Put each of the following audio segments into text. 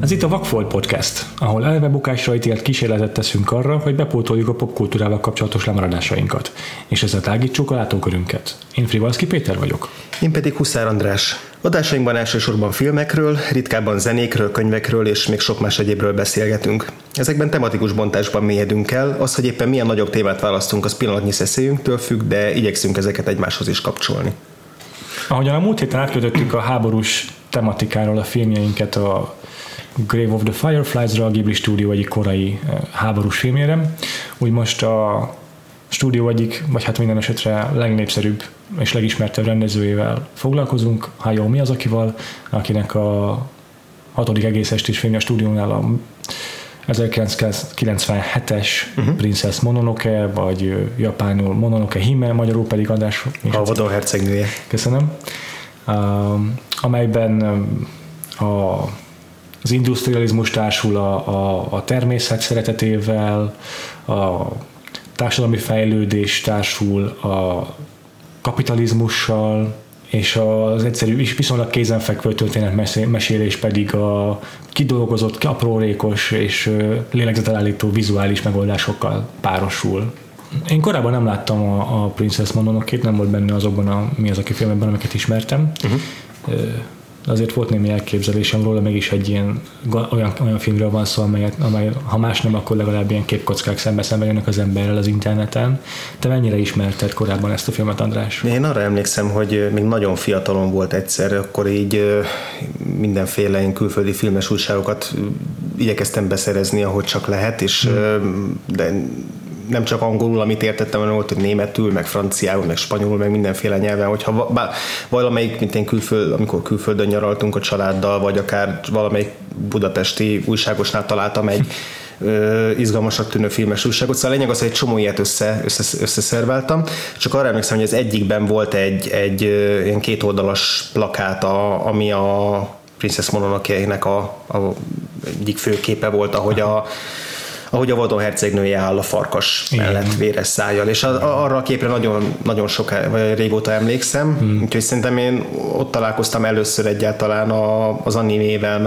Ez itt a Vakfolt Podcast, ahol eleve bukásra ítélt kísérletet teszünk arra, hogy bepótoljuk a popkultúrával kapcsolatos lemaradásainkat, és ezzel tágítsuk a látókörünket. Én Frivalszki Péter vagyok. Én pedig Huszár András. Adásainkban elsősorban filmekről, ritkábban zenékről, könyvekről és még sok más egyébről beszélgetünk. Ezekben tematikus bontásban mélyedünk el, az, hogy éppen milyen nagyobb témát választunk, az pillanatnyi szeszélyünktől függ, de igyekszünk ezeket egymáshoz is kapcsolni. Ahogyan a múlt héten átkötöttük a háborús tematikáról a filmjeinket a Grave of the Fireflies-ra, a Ghibli stúdió egyik korai háborús filmjére, úgy most a stúdió egyik, vagy hát minden esetre legnépszerűbb és legismertebb rendezőjével foglalkozunk, Hayao Miyazakival, akinek a 6. egész estés filmje a stúdiónál a 1997-es Princess Mononoke, vagy japánul Mononoke Hime, magyarul pedig András... A vadon hercegnője. Köszönöm. Amelyben az industrializmus társul a természet szeretetével, a társadalmi fejlődés társul a kapitalizmussal, és az egyszerű és viszonylag kézenfekvő történetmesélés pedig a kidolgozott, aprólékos és lélegzetelállító vizuális megoldásokkal párosul. Én korábban nem láttam a Princess Mononoke-t, nem volt benne azokban a Miyazaki filmekben, amiket ismertem. Azért volt némi elképzelésem róla, mégis egy ilyen olyan filmről van szó, amely ha más nem, akkor legalább ilyen képkockák szembe jönnek az emberrel az interneten. Te mennyire ismerted korábban ezt a filmet, András? Én arra emlékszem, hogy még nagyon fiatalon volt egyszer, akkor így mindenféle ilyen külföldi filmes újságokat igyekeztem beszerezni, ahogy csak lehet, és de nem csak angolul, amit értettem, hanem volt, hogy németül, meg franciául, meg spanyolul, meg mindenféle nyelven, hogyha valamelyik, mint én amikor külföldön nyaraltunk a családdal, vagy akár valamelyik budapesti újságosnál találtam egy izgalmasak tűnő filmes újságot, szóval a lényeg az, hogy egy csomó ilyet összeszerváltam, csak arra emlékszem, hogy az egyikben volt egy ilyen kétoldalas plakát, ami a Princess Mononoke-nek a egyik főképe volt, ahogy a vadon hercegnője áll a farkas mellett véres szájjal, és arra a képre nagyon régóta emlékszem, úgyhogy szerintem én ott találkoztam először egyáltalán az animével,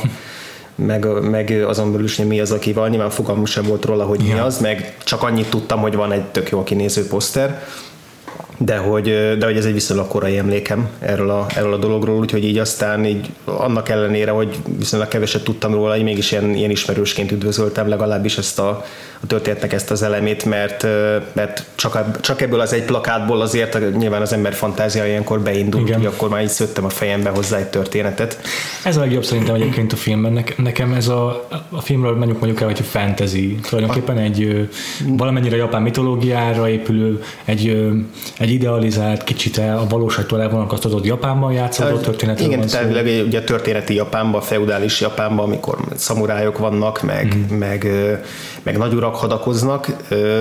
meg azon belül is Miyazakival, nyilván fogalmam sem volt róla, hogy mi az, meg csak annyit tudtam, hogy van egy tök jól kinéző poszter, de hogy ez egy viszonylag korai emlékem erről a dologról, úgyhogy így aztán így annak ellenére, hogy viszonylag keveset tudtam róla, így mégis ilyen ismerősként üdvözöltem legalábbis ezt a történetnek ezt az elemét, mert csak ebből az egy plakátból azért nyilván az ember fantázia ilyenkor beindult, hogy akkor már így szőttem a fejembe hozzá egy történetet. Ez a legjobb szerintem egyébként a filmben. Nekem ez a filmről mondjuk el, hogy fantasy, tulajdonképpen egy valamennyire japán mitológiára épülő, egy idealizált, kicsit a valóságtól elvonalkoztatott Japánban játszódó történetről igen, van szó. Igen, ugye a történeti Japánban, feudális Japánban, amikor szamurájok vannak, meg nagyurak hadakoznak,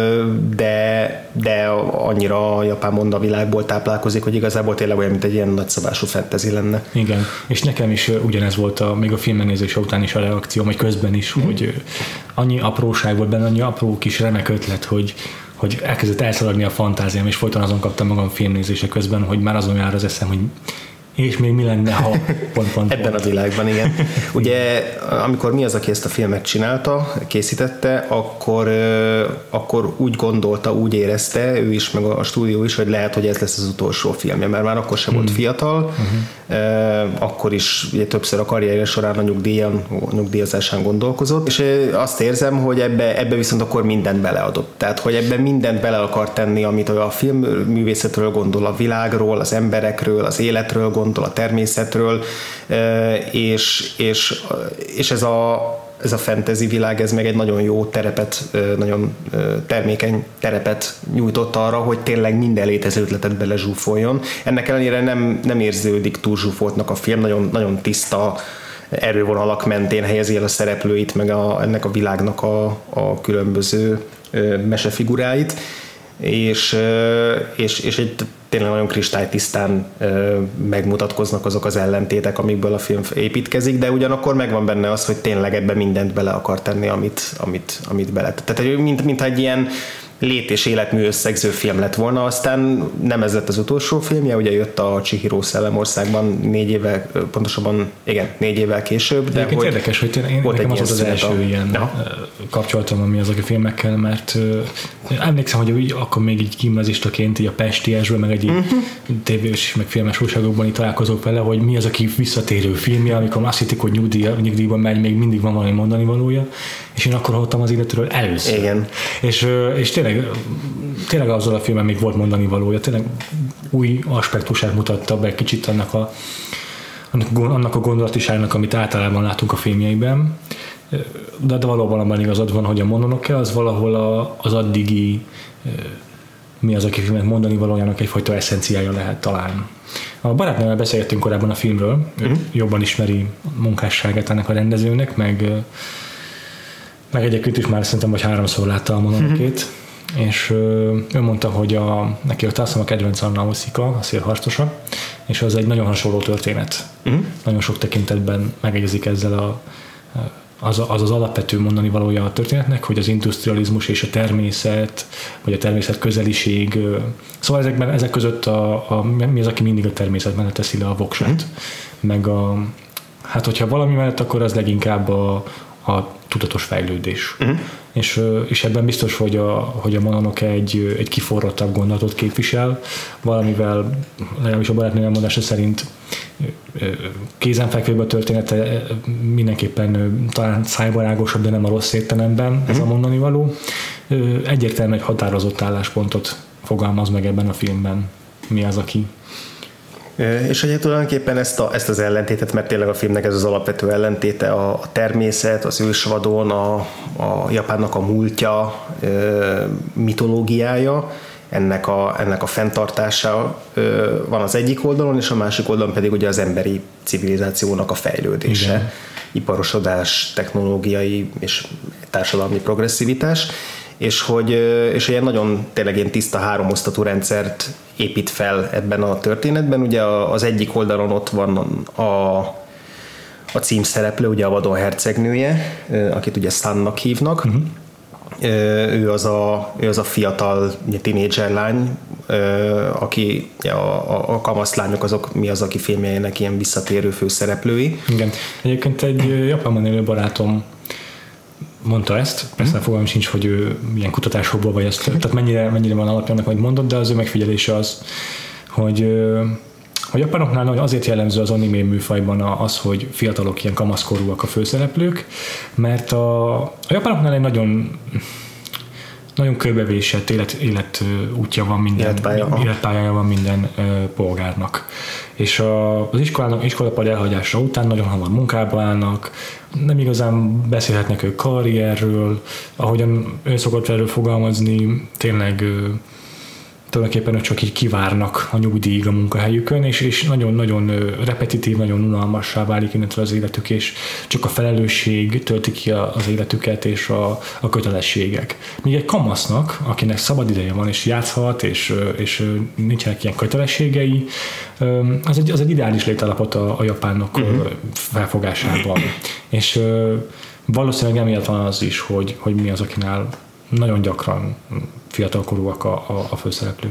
de annyira a japán mondavilágból táplálkozik, hogy igazából tényleg olyan, mint egy ilyen nagyszabású fantasy lenne. Igen, és nekem is ugyanez volt még a film megnézése után is a reakció, vagy közben is, hogy annyi apróság volt benne, annyi apró kis remek ötlet, hogy elkezdett elszaladni a fantáziám, és folyton azon kaptam magam filmnézése közben, hogy már azon jár az eszem, hogy és még mi lenne, ha pont. Ebben a világban, igen. Ugye, amikor Miyazaki ezt a filmet csinálta, készítette, akkor úgy gondolta, úgy érezte, ő is, meg a stúdió is, hogy lehet, hogy ez lesz az utolsó filmje, mert már akkor sem volt fiatal, akkor is ugye, többször a karrierje során a nyugdíjazásán gondolkozott, és azt érzem, hogy ebbe viszont akkor mindent beleadott. Tehát, hogy ebbe mindent bele akar tenni, amit a filmművészetről gondol, a világról, az emberekről, az életről gondol, a természetről, és ez a fantasy világ, ez meg egy nagyon jó terepet, nagyon termékeny terepet nyújtott arra, hogy tényleg minden létező ötletet belezsúfoljon. Ennek ellenére nem érződik túl zsúfoltnak a film, nagyon, nagyon tiszta erővonalak mentén helyezi el a szereplőit, meg ennek a világnak a különböző mesefiguráit, és egy tényleg nagyon kristálytisztán megmutatkoznak azok az ellentétek, amikből a film építkezik, de ugyanakkor megvan benne az, hogy tényleg ebbe mindent bele akar tenni, amit bele. Tehát mint egy ilyen lét- és életmű összegző film lett volna, aztán nem ez lett az utolsó filmje, ugye jött a Chihiro Szellemországban 4 évvel, pontosabban igen, 4 évvel később. De hogy érdekes, hogy én nekem az első ilyen kapcsolatom a Miyazaki filmekkel, mert emlékszem, hogy akkor még így gimnazistaként így a Pestiesből, meg egy tévés, meg filmes újságokban így találkozok vele, hogy mi az, aki visszatérő filmje, amikor azt hittik, hogy nyugdíjban megy, még mindig van valami mondani valója, és én akkor hallottam az illetőről először. Igen. És tényleg azzal a filmen még volt mondani valója, tényleg új aspektusát mutatta be kicsit annak a gondolatiságnak, amit általában látunk a filmjeiben, de valóban abban igazad van, hogy a Mononoke az valahol az addigi Miyazaki filmet mondani valójának egyfajta eszenciája lehet talán. A barátnőmmel beszélgettünk korábban a filmről, jobban ismeri munkásságát ennek a rendezőnek, meg egyébként is már szerintem vagy 3-szor látta a Mononokét, és ő mondta, hogy neki azt hiszem a kedvenc a Nausicaa, a szélharcosa, és az egy nagyon hasonló történet. Nagyon sok tekintetben megegyezik ezzel az alapvető mondani valója a történetnek, hogy az industrializmus és a természet, vagy a természet közeliség, szóval ezek között mi az, aki mindig a természet mellett teszi le a voksát. Meg hát hogyha valami mellett, akkor az leginkább a tudatos fejlődés. És ebben biztos, hogy a Mononoke egy kiforrottabb gondolatot képvisel, valamivel, legalábbis a barátnőm elmondása szerint kézenfekvőbb a története, mindenképpen talán szájbarágosabb, de nem a rossz értelemben ez a mondani való. Egyértelműen egy határozott álláspontot fogalmaz meg ebben a filmben Miyazaki. És ugye tulajdonképpen ezt az ellentétet, mert tényleg a filmnek ez az alapvető ellentéte, a természet, az ősvadon, a Japánnak a múltja, mitológiája, ennek a fenntartása van az egyik oldalon, és a másik oldalon pedig ugye az emberi civilizációnak a fejlődése, igen. Iparosodás, technológiai és társadalmi progresszivitás, és ilyen nagyon tényleg ilyen tiszta háromosztatú rendszert épít fel ebben a történetben. Ugye az egyik oldalon ott van a címszereplő, ugye a vadon hercegnője, akit ugye Sunnak hívnak. Ő az a fiatal tinédzser lány, aki a kamaszlányok azok Miyazaki filmjeinek ilyen visszatérő főszereplői. Igen. Egyébként egy Japánban élő barátom mondta ezt, persze fogalmam sincs, hogy ő milyen kutatásokból vagy ezt, tehát mennyire van alapja annak, amit mondott, de az ő megfigyelése az, hogy a japánoknál azért jellemző az anime műfajban az, hogy fiatalok, ilyen kamaszkorúak a főszereplők, mert a japánoknál egy nagyon körbevésett életútja van minden, életpályája van minden polgárnak. És az iskolapad elhagyása után nagyon hamar munkába állnak, nem igazán beszélhetnek ők karrierről, ahogyan ő szokott erről fogalmazni, tulajdonképpen ők csak így kivárnak a nyugdíjig a munkahelyükön, és nagyon-nagyon repetitív, nagyon unalmassá válik innentől az életük, és csak a felelősség tölti ki az életüket, és a kötelességek. Míg egy kamasznak, akinek szabad ideje van, és játszhat, és nincsenek ilyen kötelességei, az egy ideális létállapot a japánok felfogásában. És valószínűleg emiatt van az is, hogy mi az, akinál nagyon gyakran fiatalkorúak a főszereplők.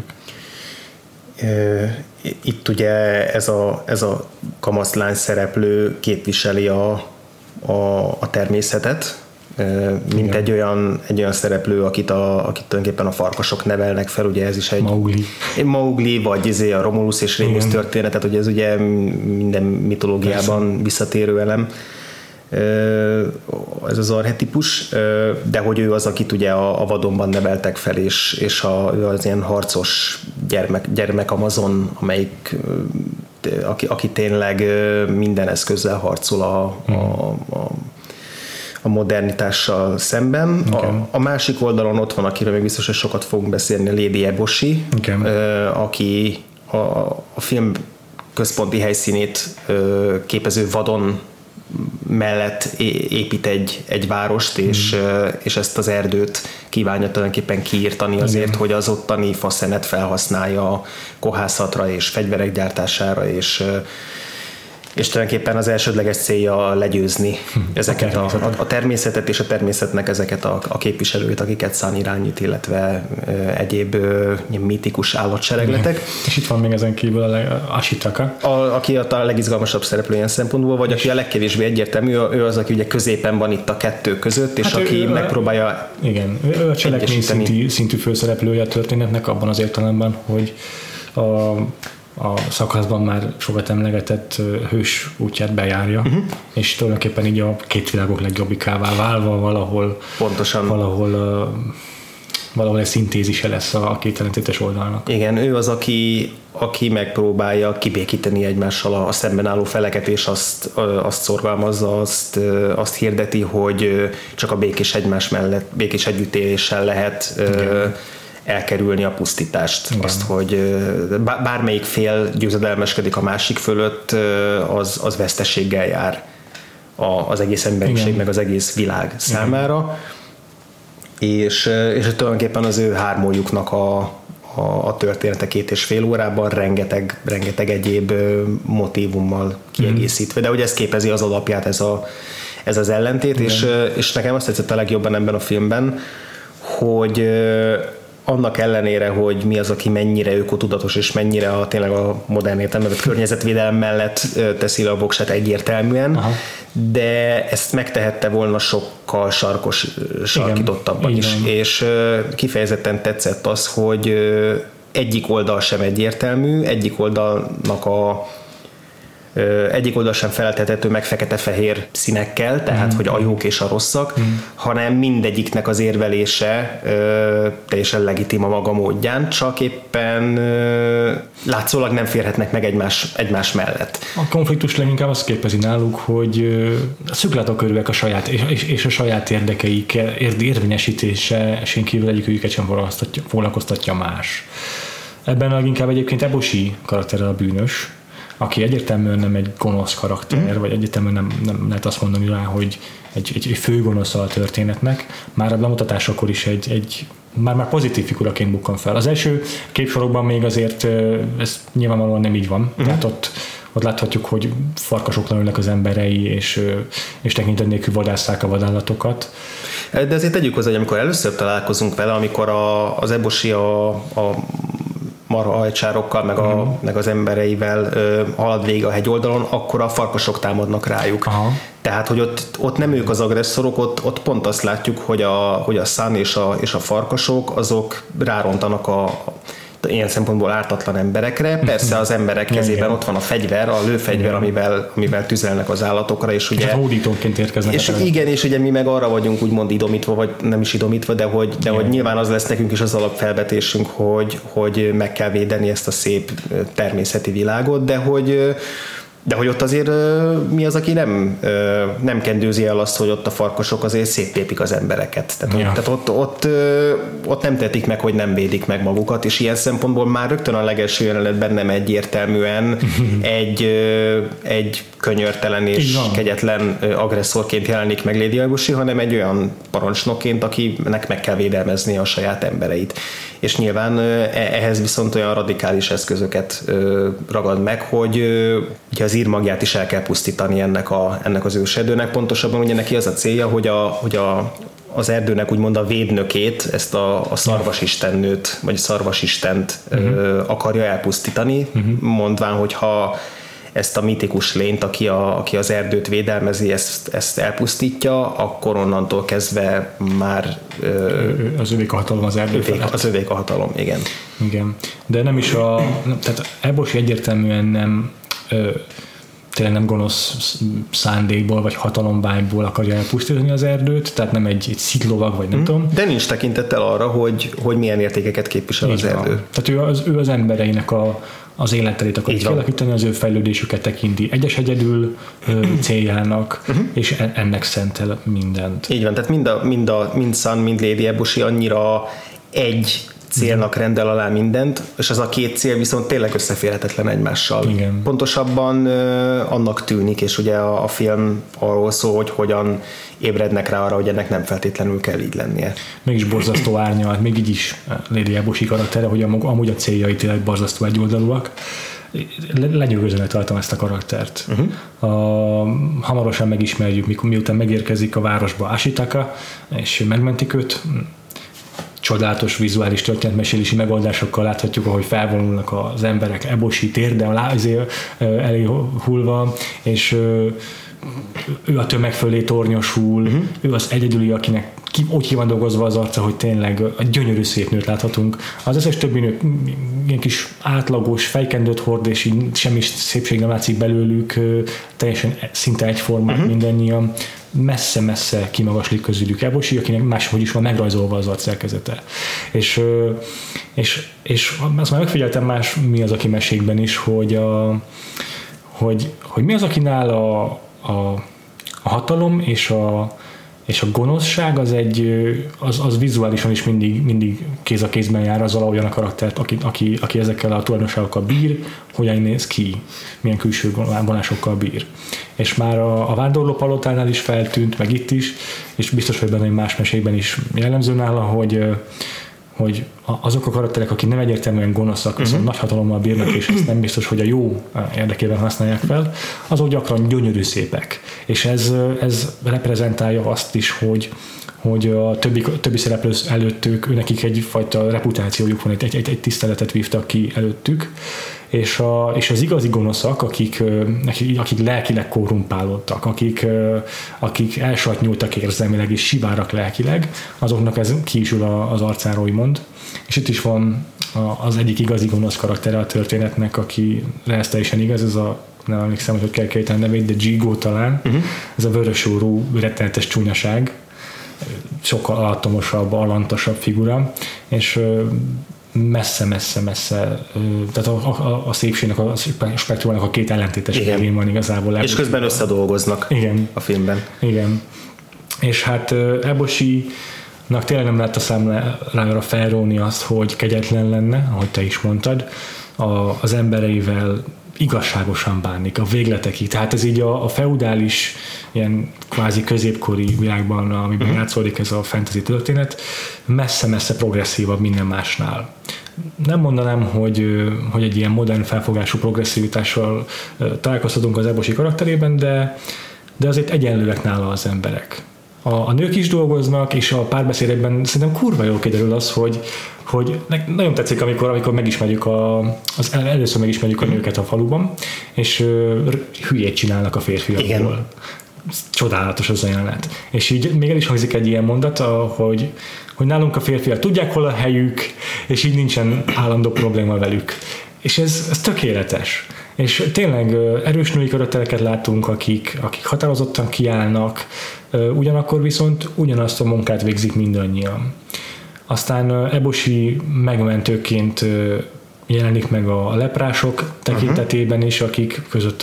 Itt ugye ez a kamaszlány szereplő képviseli a természetet, mint egy olyan szereplő, akit tulajdonképpen a farkasok nevelnek fel, ugye ez is egy Mowgli, vagy a Romulus és Remus történetet, ugye ez ugye minden mitológiában persze visszatérő elem. Ez az archetipus, de hogy ő az, akit ugye a vadonban neveltek fel, és ő az ilyen harcos gyermek Amazon, amelyik aki tényleg minden eszközzel harcol a modernitással szemben. A másik oldalon ott van, akiről még biztos, hogy sokat fogunk beszélni, Lady Eboshi, aki a film központi helyszínét képező vadon mellett épít egy várost, és ezt az erdőt kívánja tulajdonképpen kiírtani azért, hogy az ottani faszenet felhasználja kohászatra és fegyverek gyártására, és tulajdonképpen az elsődleges célja legyőzni ezeket a természetet és a természetnek ezeket a képviselőit, akiket Sun irányít, illetve egyéb mítikus állatseregletek. És itt van még ezen kívül Ashitaka. Aki a legizgalmasabb szereplő ilyen szempontból, vagy aki a legkevésbé egyértelmű, ő az, aki ugye középen van itt a kettő között, és aki megpróbálja. Igen, ő a cselekmény szintű főszereplője a történetnek abban az értelemben, hogy a szakaszban már sokat emlegetett hős útját bejárja, és tulajdonképpen így a két világok legjobbikává válva valahol pontosan valahol egy szintézise lesz a két ellentétes oldalnak. Igen, ő az, aki megpróbálja kibékíteni egymással a szemben álló feleket, és azt szorgalmazza, azt hirdeti, hogy csak a békés egymás mellett, békés együttéléssel lehet elkerülni a pusztítást. Igen. Azt, hogy bármelyik fél győzedelmeskedik a másik fölött, az veszteséggel jár az egész emberiség, meg az egész világ számára. És tulajdonképpen az ő hármójuknak a története 2,5 órában rengeteg egyéb motívummal kiegészítve, de hogy ez képezi az alapját, ez az ellentét, és nekem azt tetszett a legjobban ebben a filmben, hogy annak ellenére, hogy mi az, aki mennyire ökotudatos, és mennyire tényleg a modern értelemben vett környezetvédelem mellett teszi le a voksát egyértelműen, de ezt megtehette volna sokkal sarkítottabban is. És kifejezetten tetszett az, hogy egyik oldal sem egyértelmű, egyik oldal sem feleltethető meg fekete-fehér színekkel, tehát hogy a jók és a rosszak, hanem mindegyiknek az érvelése teljesen legitim a maga módján, csak éppen látszólag nem férhetnek meg egymás mellett. A konfliktus leginkább azt képezi náluk, hogy szűklátókörűek a saját és a saját érdekeik érvényesítése, és kívül egyiküket sem foglalkoztatja más. Ebben leginkább egyébként Eboshi karaktere a bűnös, aki egyértelműen nem egy gonosz karakter, vagy egyértelműen nem lehet azt mondani rá, hogy egy főgonosz a történetnek. Már a bemutatásakor is már pozitív figuraként bukkan fel. Az első képsorokban még azért ez nyilvánvalóan nem így van. Tehát ott láthatjuk, hogy farkasoknak ülnek az emberei, és tekintet nélkül vadásszák a vadállatokat. De azért tegyük hozzá, hogy amikor először találkozunk vele, amikor az Eboshi a marha ajcsárokkal, meg az embereivel halad végig a hegyoldalon, akkor a farkasok támadnak rájuk. Aha. Tehát, hogy ott nem ők az agresszorok, ott pont azt látjuk, hogy a Sun és a farkasok, azok rárontanak ilyen szempontból ártatlan emberekre. Persze az emberek kezében ott van a fegyver, a lőfegyver, amivel tüzelnek az állatokra, és ugye... És hódítóként érkeznek. És igen, és ugye mi meg arra vagyunk úgymond idomítva, vagy nem is idomítva, de hogy nyilván az lesz nekünk is az alapfelvetésünk, hogy meg kell védeni ezt a szép természeti világot, de hogy ott azért mi az, aki nem kendőzi el azt, hogy ott a farkasok azért széttépik az embereket. Tehát ott nem tetik meg, hogy nem védik meg magukat, és ilyen szempontból már rögtön a legelső jelenetben nem egyértelműen egy könyörtelen és kegyetlen agresszorként jelenik meg Lady Eboshi, hanem egy olyan parancsnokként, akinek meg kell védelmezni a saját embereit. És nyilván ehhez viszont olyan radikális eszközöket ragad meg, hogy ugye az írmagját is el kell pusztítani ennek az ősedőnek. Pontosabban ugye neki az a célja, hogy az erdőnek úgymond a védnökét, ezt a szarvasistennőt, vagy szarvasistent akarja elpusztítani, mondván, hogy ha ezt a mitikus lényt, aki az erdőt védelmezi, ezt elpusztítja, akkor onnantól kezdve már... Az övék a hatalom az erdő felett. Az övék a hatalom, igen. Igen, de nem is tehát Eboshi egyértelműen nem tényleg nem gonosz szándékból, vagy hatalomvágyból akarja elpusztítani az erdőt, tehát nem egy sziklovag, vagy nem tudom. De nincs tekintettel arra, hogy milyen értékeket képvisel az erdő. Tehát ő az embereinek az életterét akarja kialakítani, az ő fejlődésüket tekinti egyedül céljának, és ennek szentel mindent. Így van, tehát mind Sun, mind Lady Eboshi annyira egy célnak rendel alá mindent, és az a két cél viszont tényleg összeférhetetlen egymással. Igen. Pontosabban annak tűnik, és ugye a film arról szól, hogy hogyan ébrednek rá arra, hogy ennek nem feltétlenül kell így lennie. Mégis borzasztó árnyalt, még így is Lady Eboshi karaktere, hogy amúgy a céljai tényleg borzasztó egyoldalúak. lenyűgözőnek tartom ezt a karaktert. Hamarosan megismerjük, miután megérkezik a városba Ashitaka, és megmentik őt. Csodálatos vizuális történetmesélési megoldásokkal láthatjuk, ahogy felvonulnak az emberek Eboshi térde elé hullva, és ő a tömeg fölé tornyosul, ő az egyedüli, akinek úgy ki van dolgozva az arca, hogy tényleg a gyönyörű szép nőt láthatunk. Az összes többi nő ilyen kis átlagos fejkendőt hord, és így semmi szépség nem látszik belőlük, teljesen szinte egyformák mindannyian. Messze-messze kimagaslik közülük Eboshi, akinek máshogy is van megrajzolva az arcszerkezete. És azt már megfigyeltem mi az, aki mesékben is, hogy mi az, akinál a hatalom és a gonoszság az vizuálisan is mindig kéz a kézben jár azzal, olyan a karaktert, aki ezekkel a tulajdonságokkal bír, hogyan néz ki, milyen külső vonásokkal bír. És már a Vándorló palotánál is feltűnt, meg itt is, és biztos, hogy benne más mesékben is jellemző nála, hogy azok a karakterek, akik nem egyértelműen gonoszak, viszont nagy hatalommal bírnak, és ezt nem biztos, hogy a jó érdekében használják fel, azok gyakran gyönyörű szépek. És ez reprezentálja azt is, hogy a többi szereplő előttük, nekik egyfajta reputációjuk van, egy tiszteletet vívtak ki előttük, és az igazi gonoszak, akik lelkileg korrumpálódtak, akik elsatnyultak érzelmileg és sivárak lelkileg, azoknak ez kiisül az arcáról, úgymond. És itt is van az egyik igazi gonosz karaktere a történetnek, aki ez teljesen igaz, nem emlékszem, hogy kell kejteni nevét, de Jigo talán, ez a vörösórú, rettenetes csúnyaság, sokkal alattomosabb, alantasabb figura, és messze, tehát a szépségnek, a spektrumának a két ellentétes végén van igazából. És közben összedolgoznak a filmben. Igen. És hát Eboshi-nak tényleg nem lehet a számlára felróni azt, hogy kegyetlen lenne, ahogy te is mondtad, az embereivel igazságosan bánik, a végletekig. Tehát ez így a feudális, ilyen kvázi középkori világban, amiben játszódik ez a fantasy történet, messze-messze progresszívabb minden másnál. Nem mondanám, hogy egy ilyen modern felfogású progresszivitással találkozhatunk az Eboshi karakterében, de azért egyenlőek nála az emberek. A nők is dolgoznak, és a párbeszédekben szerintem kurva jól kiderül az, hogy nagyon tetszik, amikor megismerjük először megismerjük a nőket a faluban, és hülyét csinálnak a férfiakból. Igen. Csodálatos az a jelenet. És így még el is hangzik egy ilyen mondat, hogy nálunk a férfiak tudják, hol a helyük, és így nincsen állandó probléma velük. És ez tökéletes. És tényleg erős női karaktereket látunk, akik határozottan kiállnak, ugyanakkor viszont ugyanazt a munkát végzik mindannyian. Aztán Eboshi megmentőként jelenik meg a leprások tekintetében is, akik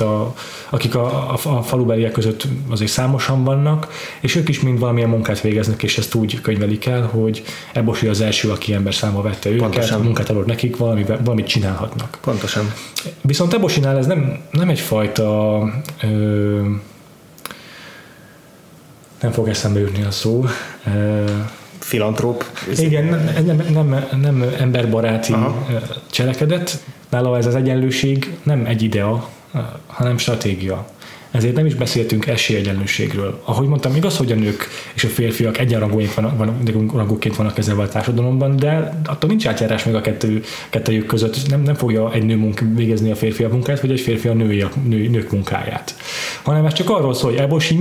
a falubeliek között azért számosan vannak, és ők is mind valamilyen munkát végeznek, és ezt úgy könyvelik el, hogy Eboshi az első, aki ember számba vette őket, pontosan. A munkát adott nekik, valamit csinálhatnak. Pontosan. Viszont Eboshinál ez nem egyfajta nem fog eszembe jutni a szó, filantróp. Igen, nem emberbaráti cselekedet. Nála ez az egyenlőség nem egy idea, hanem stratégia. Ezért nem is beszéltünk esélyegyenlőségről. Ahogy mondtam, igaz, hogy a nők és a férfiak egyenrangúként vannak kezelve a társadalomban, de attól nincs átjárás meg a kettőjük között. Nem fogja egy nő végezni a férfiak munkáját, vagy egy férfi a nők munkáját. Hanem ez csak arról szól, hogy Eboshi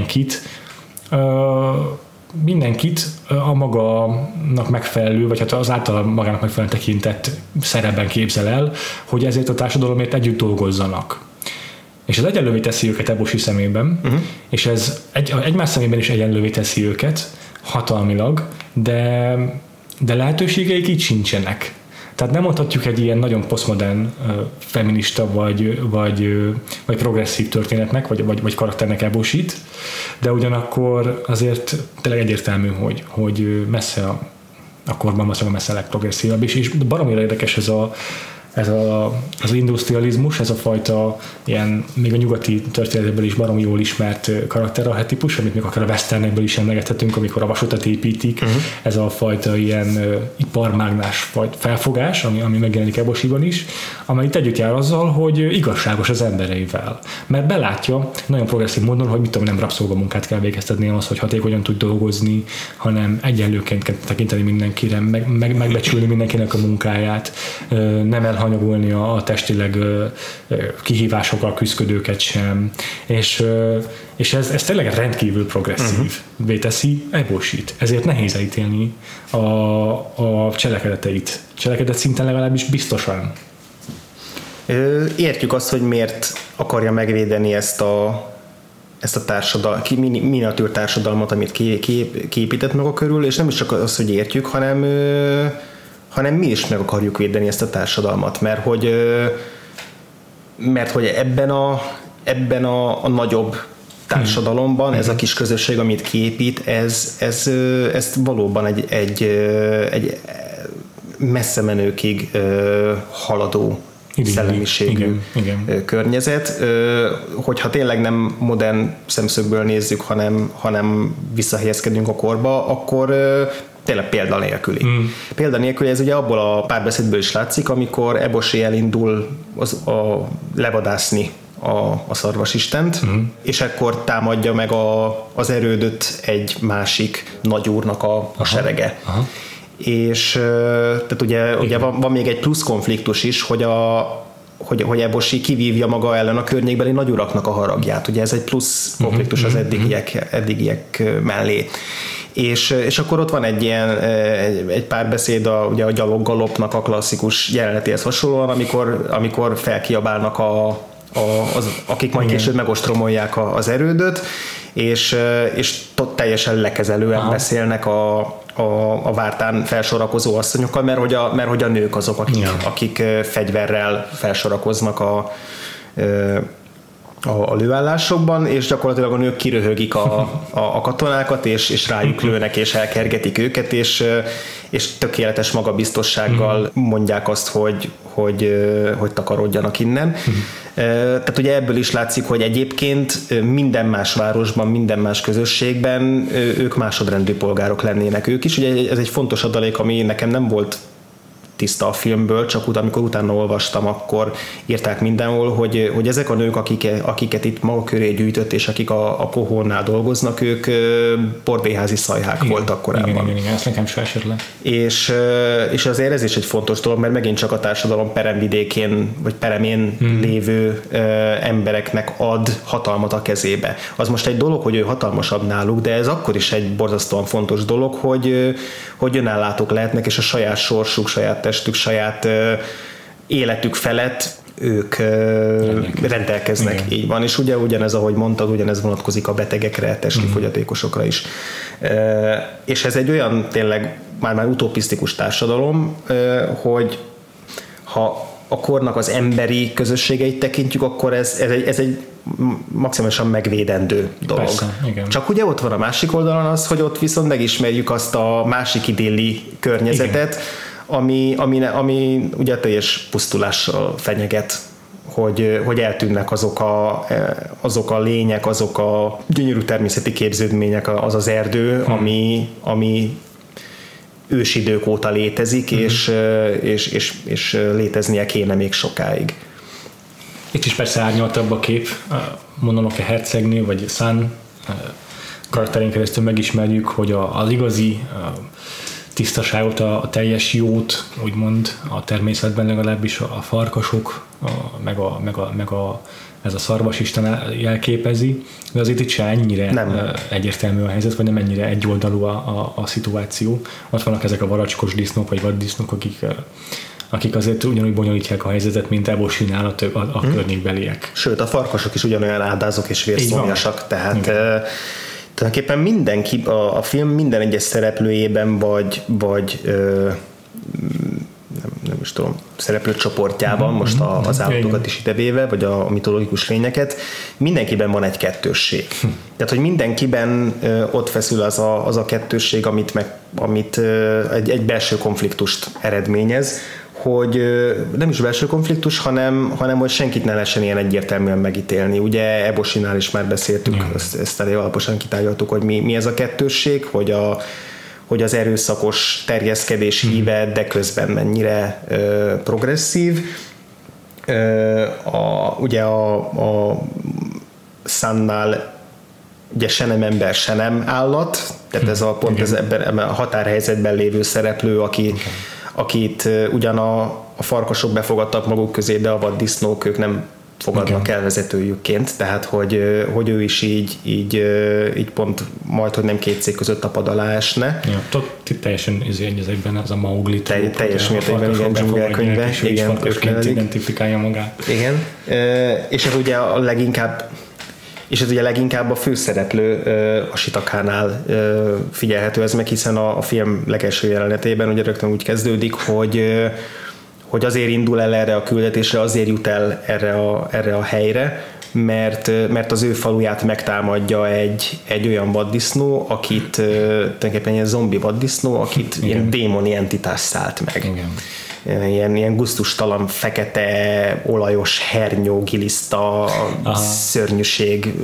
mindenkit a magának megfelelő, vagy hát az által magának megfelelően tekintett szerepben képzel el, hogy ezért a társadalomért együtt dolgozzanak. És ez egyenlővé teszi őket Eboshi szemében, és ez egymás szemében is egyenlővé teszi őket hatalmilag, de lehetőségeik így sincsenek. Tehát nem mondhatjuk egy ilyen nagyon posztmodern feminista vagy progresszív történetnek, vagy karakternek Eboshit, de ugyanakkor azért tényleg egyértelmű, hogy messze a korban messze a legprogresszívabb, és baromira érdekes az industrializmus, ez a fajta ilyen, még a nyugati történetből is baromi jól ismert karakterarchetípus, amit még akár a westernekből is emlegethetünk, amikor a vasutat építik, ez a fajta ilyen iparmágnás felfogás, ami megjelenik Eboshiban is, amely itt együtt jár azzal, hogy igazságos az embereivel. Mert belátja nagyon progresszív módon, hogy mit tudom, nem rabszolgamunkát kell végeztetni, az, hogy hatékonyan tud dolgozni, hanem egyenlőként kell tekinteni mindenkire, megbecsülni mindenkinek a munkáját, nem elhanyagolni a testileg kihívásokkal küzdködőket sem, és ez tényleg rendkívül progresszív teszi Eboshit. Ezért nehéz elítélni a cselekedeteit. Cselekedet szinten legalábbis biztosan. Értjük azt, hogy miért akarja megvédeni ezt a miniatűr társadalmat, amit kiépített maga körül, és nem is csak az, hogy értjük, hanem mi is meg akarjuk védeni ezt a társadalmat, mert hogy ebben a nagyobb társadalomban ez a kis közösség, amit kiépít, ez valóban egy messze menőkig haladó szellemiségű környezet. Hogyha tényleg nem modern szemszögből nézzük, hanem visszahelyezkedünk a korba, akkor tényleg példanélküli. Példanélküli, ez ugye abból a párbeszédből is látszik, amikor Eboshi elindul levadászni a szarvasistent, és ekkor támadja meg az erődöt egy másik nagyúrnak a serege. Aha. És tehát ugye van még egy plusz konfliktus is, hogy Eboshi kivívja maga ellen a környékbeli nagyuraknak a haragját. Ugye ez egy plusz konfliktus az eddigiek mellé. És akkor ott van egy párbeszéd ugye a gyaloggalopnak a klasszikus jelenetéhez hasonlóan, amikor felkiabálnak akik majd később megostromolják az erődöt, és teljesen lekezelően beszélnek a vártán felsorakozó asszonyokkal, mert hogy a nők azok, akik fegyverrel felsorakoznak a lőállásokban, és gyakorlatilag a nők kiröhögik a katonákat, és rájuk lőnek, és elkergetik őket, és tökéletes magabiztossággal mondják azt, hogy takarodjanak innen. Tehát ugye ebből is látszik, hogy egyébként minden más városban, minden más közösségben ők másodrendű polgárok lennének ők is. Ugye ez egy fontos adalék, ami nekem nem volt tiszta a filmből, csak amikor utána olvastam, akkor írták mindenhol, hogy ezek a nők, akiket itt maga köré gyűjtött, és akik a pohónál dolgoznak, ők bordélyházi szajhák voltak korábban. Igen, ezt nekem sem esett le. És azért ez is egy fontos dolog, mert megint csak a társadalom peremvidékén, vagy peremén lévő embereknek ad hatalmat a kezébe. Az most egy dolog, hogy ő hatalmasabb náluk, de ez akkor is egy borzasztóan fontos dolog, hogy önellátók lehetnek, és a saját sorsuk, saját testük, saját életük felett ők rendelkeznek. Igen. Így van, és ugye ugyanez, ahogy mondtad, ugyanez vonatkozik a betegekre, testi fogyatékosokra is. És ez egy olyan tényleg már utopisztikus társadalom, hogy ha a kornak az emberi közösségeit tekintjük, akkor ez egy maximálisan megvédendő dolog. Persze, igen. Csak ugye ott van a másik oldalon az, hogy ott viszont megismerjük azt a másik idilli környezetet, ami ugye teljes pusztulással fenyeget, hogy eltűnnek azok a lények, azok a gyönyörű természeti képződmények, az erdő, ami ősidők óta létezik, és léteznie kéne még sokáig. Itt is persze árnyaltabb a kép, Mononoke hercegnő, vagy San karakterén keresztül megismerjük, hogy az igazi tisztaságot, a teljes jót, úgymond a természetben legalábbis a farkasok, ez a szarvasisten jelképezi, de azért itt se ennyire egyértelmű a helyzet, vagy nem ennyire egyoldalú a szituáció. Ott vannak ezek a varacskos disznók, vagy vaddisznók, akik azért ugyanúgy bonyolítják a helyzetet, mint Eboshinál a környékbeliek. Sőt, a farkasok is ugyanolyan áldázok és vérszomjasak, tehát tulajdonképpen mindenki, a film minden egyes szereplőjében, vagy nem is tudom, szereplőcsoportjában, most az állatokat is idevéve, vagy a mitológikus lényeket, mindenkiben van egy kettősség. Tehát, hogy mindenkiben ott feszül az a kettősség, amit egy belső konfliktust eredményez, hogy nem is belső konfliktus, hanem hogy senkit ne lehessen ilyen egyértelműen megítélni. Ugye Ebosinál is már beszéltük, ezt elég alaposan kitárgyaltuk, hogy mi ez a kettősség, hogy az erőszakos terjeszkedés híve, de közben mennyire progresszív. Ugye a Sunnál ugye se nem ember, se nem állat, tehát ez a pont ebben a határhelyzetben lévő szereplő, akit ugyan a farkasok befogadtak maguk közé, de a vaddisznók ők nem fogadnak el vezetőjükként, tehát hogy ő is így pont majd, hogy nem két cég között tapad alá esne. Ja, teljesen egyben ez a Mowgli teljes mértékben, igen, dzsungelkönyve, igen, ők identifikálja magát. Igen, és ez ugye leginkább a főszereplő a Shitakánál figyelhető ez meg, hiszen a film legelső jelenetében ugye rögtön úgy kezdődik, hogy azért indul el erre a küldetésre, azért jut el erre a helyre, mert az ő faluját megtámadja egy olyan vaddisznó, akit tulajdonképpen ilyen zombi vaddisznó, akit ilyen démoni entitás szállt meg. Igen. Ilyen gusztustalan, fekete, olajos, hernyó, giliszta, szörnyűség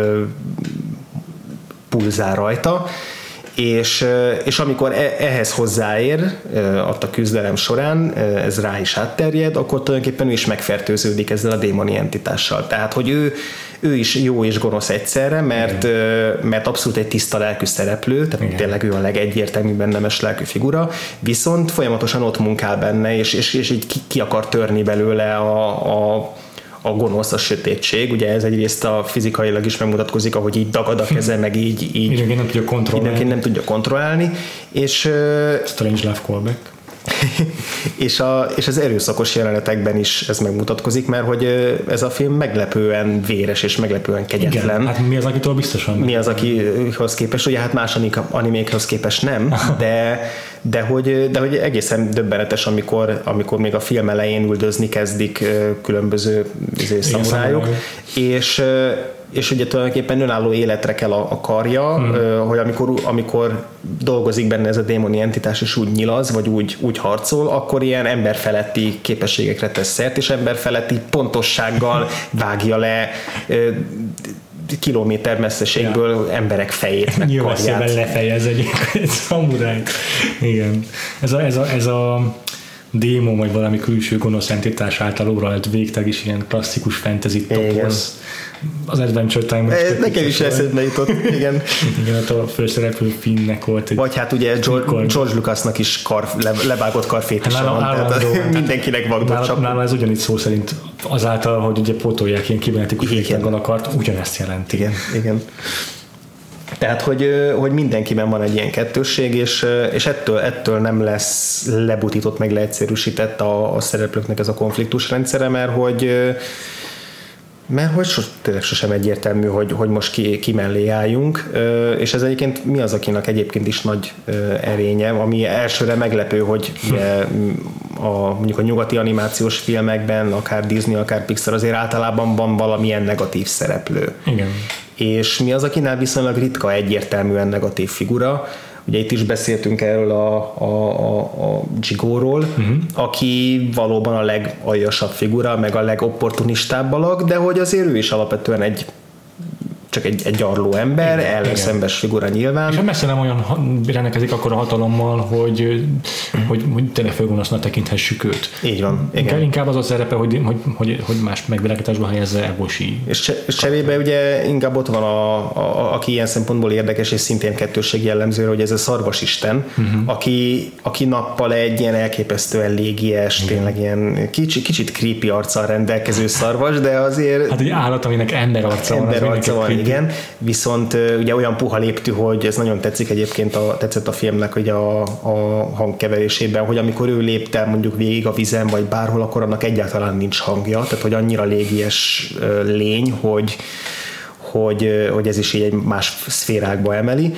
pulzál rajta, és amikor ehhez hozzáér ott a küzdelem során, ez rá is átterjed, akkor tulajdonképpen ő is megfertőződik ezzel a démoni entitással. Tehát, hogy ő is jó és gonosz egyszerre, mert abszolút egy tiszta lelkű szereplő, tehát tényleg ő a legegyértelműbben nemes lelkű figura, viszont folyamatosan ott munkál benne, és így ki akar törni belőle a gonosz, a sötétség. Ugye ez egyrészt a fizikailag is megmutatkozik, ahogy így dagad a keze, meg így időnként nem tudja kontrollálni. És Strange Love callback. és az erőszakos jelenetekben is ez megmutatkozik, mert hogy ez a film meglepően véres és meglepően kegyetlen. Igen, hát mi az, akitől biztosan? Mi az, akihoz képest? Ugye hát más animékhoz képest nem, de hogy egészen döbbenetes, amikor még a film elején üldözni kezdik különböző szamurájuk, és ugye tulajdonképpen önálló életre kell a karja, hogy amikor dolgozik benne ez a démoni entitás, és úgy nyilaz, vagy úgy harcol, akkor ilyen emberfeletti képességekre tesz szert, és emberfeletti pontossággal vágja le kilométer messzeségből emberek fejét, meg karját. Nyilván lefejez egy szamurájt. Igen. Ez a démon, vagy valami külső gonosz entitás által óralt végtag is ilyen klasszikus fantasy topoz. Az Adventure Time. Nekem is eszedbe jutott, igen. Igen, ott a főszereplő Finnnek volt. Vagy hát ugye George Lucasnak is levágott karfétise van, tehát mindenkinek vagdott csapó. Nála ez ugyanígy szó szerint azáltal, hogy ugye pótolják ilyen kibernetikus végtagban a kart, ugyanezt jelenti. Igen. Tehát, hogy mindenkiben van egy ilyen kettősség, és ettől nem lesz lebutított, meg leegyszerűsített a szereplőknek ez a konfliktus rendszere, mert hogy tényleg sosem egyértelmű, hogy most ki mellé álljunk, és ez egyébként mi az, akinek egyébként is nagy erénye, ami elsőre meglepő, hogy mondjuk a nyugati animációs filmekben, akár Disney, akár Pixar azért általában van valamilyen negatív szereplő. Igen. És mi az, akinál viszonylag ritka egyértelműen negatív figura. Ugye itt is beszéltünk erről a Jigóról, aki valóban a legaljasabb figura, meg a legopportunistább alak, de hogy azért ő is alapvetően csak egy gyarló ember, ellenszembes figura nyilván. És messze nem olyan rendelkezik akkor a hatalommal, hogy tényleg főgonosznak tekinthessük őt. Így van. Igen. Inkább az a szerepe, hogy más megvilágításba helyezze Ebosi. És cserébe ugye inkább ott van aki ilyen szempontból érdekes, és szintén kettősség jellemző, hogy ez a szarvasisten, aki nappal egy ilyen elképesztően légies, tényleg ilyen kicsit creepy arccal rendelkező szarvas, de azért... Hát egy állat, aminek ember arca van, igen, viszont ugye olyan puha léptű, hogy ez nagyon tetszik egyébként, tetszett a filmnek hogy a hangkeverésében, hogy amikor ő lépte mondjuk végig a vizen, vagy bárhol, akkor annak egyáltalán nincs hangja, tehát hogy annyira légies lény, hogy ez is így egy más szférákba emeli.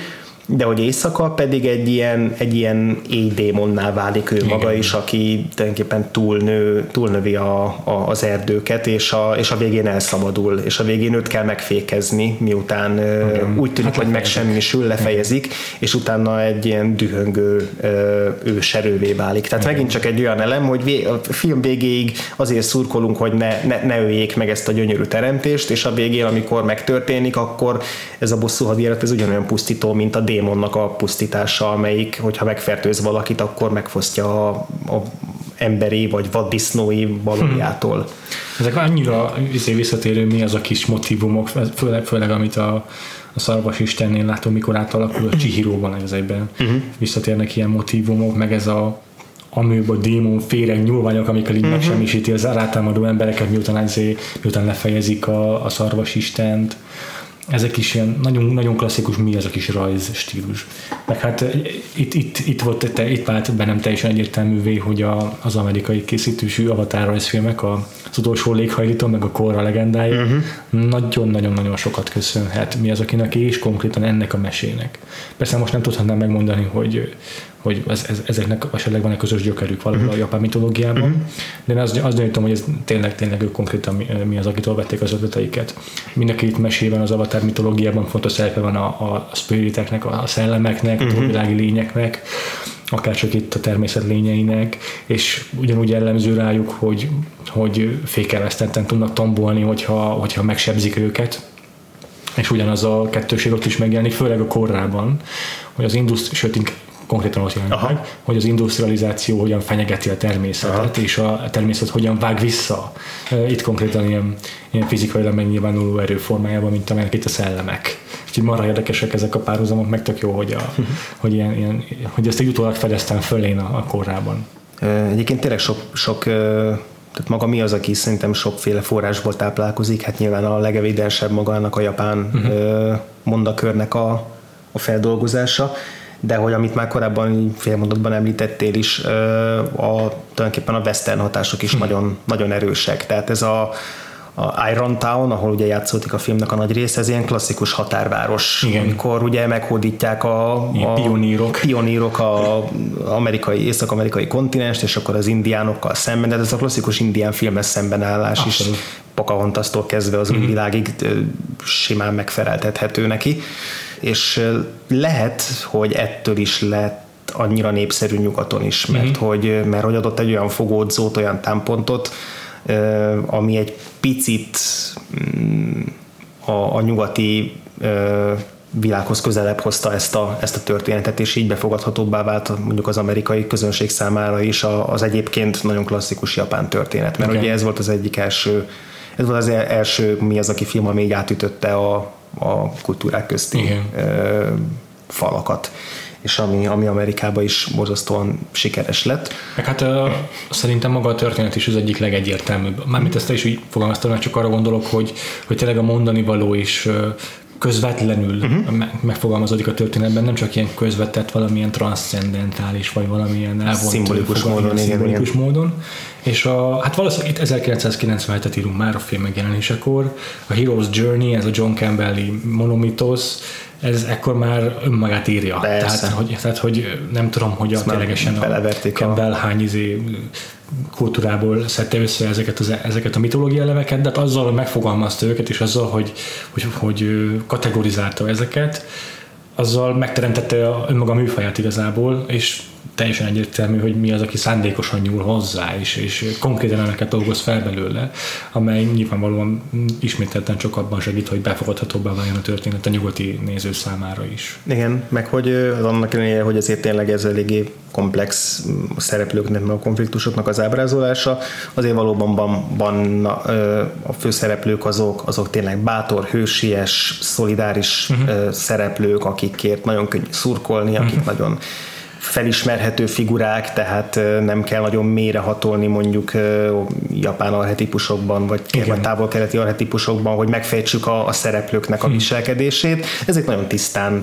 de hogy éjszaka pedig egy ilyen éjdémonná válik ő maga is, aki tulajdonképpen túlnövi az erdőket, és a végén elszabadul, és a végén őt kell megfékezni, miután úgy tűnik, hogy megsemmisül, lefejezik, és utána egy ilyen dühöngő őserővé válik. Tehát megint csak egy olyan elem, hogy a film végéig azért szurkolunk, hogy ne öljék meg ezt a gyönyörű teremtést, és a végén, amikor megtörténik, akkor ez a bosszú hadjárat ez ugyanolyan pusztító, mint a démonnak a pusztítása, amelyik, hogyha megfertőz valakit, akkor megfosztja a emberi vagy vaddisznói valójától. Ezek annyira visszatérő, mi az a kis motívumok, főleg amit a Szarvas Istennél látom, mikor átalakul a Chihiróban ezekben. Visszatérnek ilyen motívumok, meg ez a amőbb a démon féreg nyúlványok, amikor így megsemmisíti az rátámadó embereket, miután lefejezik a Szarvas Istent. Ezek is ilyen nagyon, nagyon klasszikus, mi az a kis rajz stílus. Meg hát itt vált bennem teljesen egyértelművé, hogy az amerikai készítésű Avatar rajzfilmek, az utolsó léghajlító, meg a Korra legendája nagyon-nagyon-nagyon sokat köszönhet mi az akinek, és konkrétan ennek a mesének. Persze most nem tudhatnám megmondani, hogy ezeknek esetleg van egy közös gyökerük valahol a japán mitológiában, de én azt gyanítom, hogy ez tényleg ők konkrétan mi az, akitől vették az ötleteiket. Mind a két mesében az Avatar mitológiában fontos szerepe van a spiriteknek, a szellemeknek, a túlvilági lényeknek, akár csak itt a természet lényeinek, és ugyanúgy jellemző rájuk, hogy fékelvesztetten tudnak tombolni, hogyha megsebzik őket, és ugyanaz a kettőség ott is megjelenik, főleg a Korrában, hogy sőt, konkrétan ott jelenik meg, hogy az industrializáció hogyan fenyegeti a természetet, és a természet hogyan vág vissza. Itt konkrétan ilyen fizikailag megnyilvánuló erőformájában, mint amelyek itt a szellemek. Úgyhogy marha érdekesek ezek a párhuzamok, meg tök jó, hogy ezt egy utólag fedeztem föl én a Korrában. Egyébként tényleg sok tehát maga mi az, aki szerintem sokféle forrásból táplálkozik, hát nyilván a legevidensebb maga annak a japán mondakörnek a feldolgozása, de hogy amit már korábban félmondatban említettél is, tulajdonképpen a western hatások is nagyon, nagyon erősek. Tehát ez a Iron Town, ahol ugye játszódik a filmnek a nagy része, ez ilyen klasszikus határváros, amikor ugye meghódítják a pionírok a észak-amerikai kontinenst, és akkor az indiánokkal szemben, de ez a klasszikus indián filmes szembenállás is Pocahontas-tól kezdve az új világig simán megfeleltethető neki. És lehet, hogy ettől is lett annyira népszerű nyugaton is, mert hogy adott egy olyan fogódzót, olyan támpontot, ami egy picit a nyugati világhoz közelebb hozta ezt a történetet, és így befogadhatóbbá vált mondjuk az amerikai közönség számára is az egyébként nagyon klasszikus japán történet, mert ugye ez volt az első mi az, aki film, ami így átütötte a kultúrák közti falakat, és ami Amerikában is borzasztóan sikeres lett. Meg hát szerintem maga a történet is az egyik legegyértelműbb. Mármint ezt is úgy fogalmaztam, csak arra gondolok, hogy tényleg a mondani való is közvetlenül megfogalmazódik a történetben, nem csak ilyen közvetett, valamilyen transzcendentális, vagy valamilyen elvont szimbolikus módon. És hát valószínűleg itt 1997-et írunk már a film megjelenésekor. A Hero's Journey, ez a John Campbell-i monomitosz, ez ekkor már önmagát írja. Tehát, hogy nem tudom, hogy ténylegesen a Campbell hány kultúrából szedte össze ezeket a mitológia elemeket, de hát azzal, hogy megfogalmazta őket, és azzal, hogy kategorizálta ezeket, azzal megteremtette önmaga műfaját igazából, és teljesen egyértelmű, hogy mi az, aki szándékosan nyúl hozzá, és konkrét elemeket dolgoz fel belőle, amely nyilvánvalóan ismételten csak abban segít, hogy befogadhatóbbá váljon a történet a nyugati néző számára is. Igen, meg hogy annak ellenére, hogy azért tényleg ez eléggé komplex szereplőknek, a konfliktusoknak az ábrázolása, azért valóban a főszereplők azok tényleg bátor, hősies, szolidáris szereplők, akikért nagyon könnyű szurkolni, akik nagyon felismerhető figurák, tehát nem kell nagyon mélyrehatolni mondjuk japán archetipusokban, vagy távol-keleti archetipusokban, hogy megfejtsük a szereplőknek a viselkedését. Ezek nagyon tisztán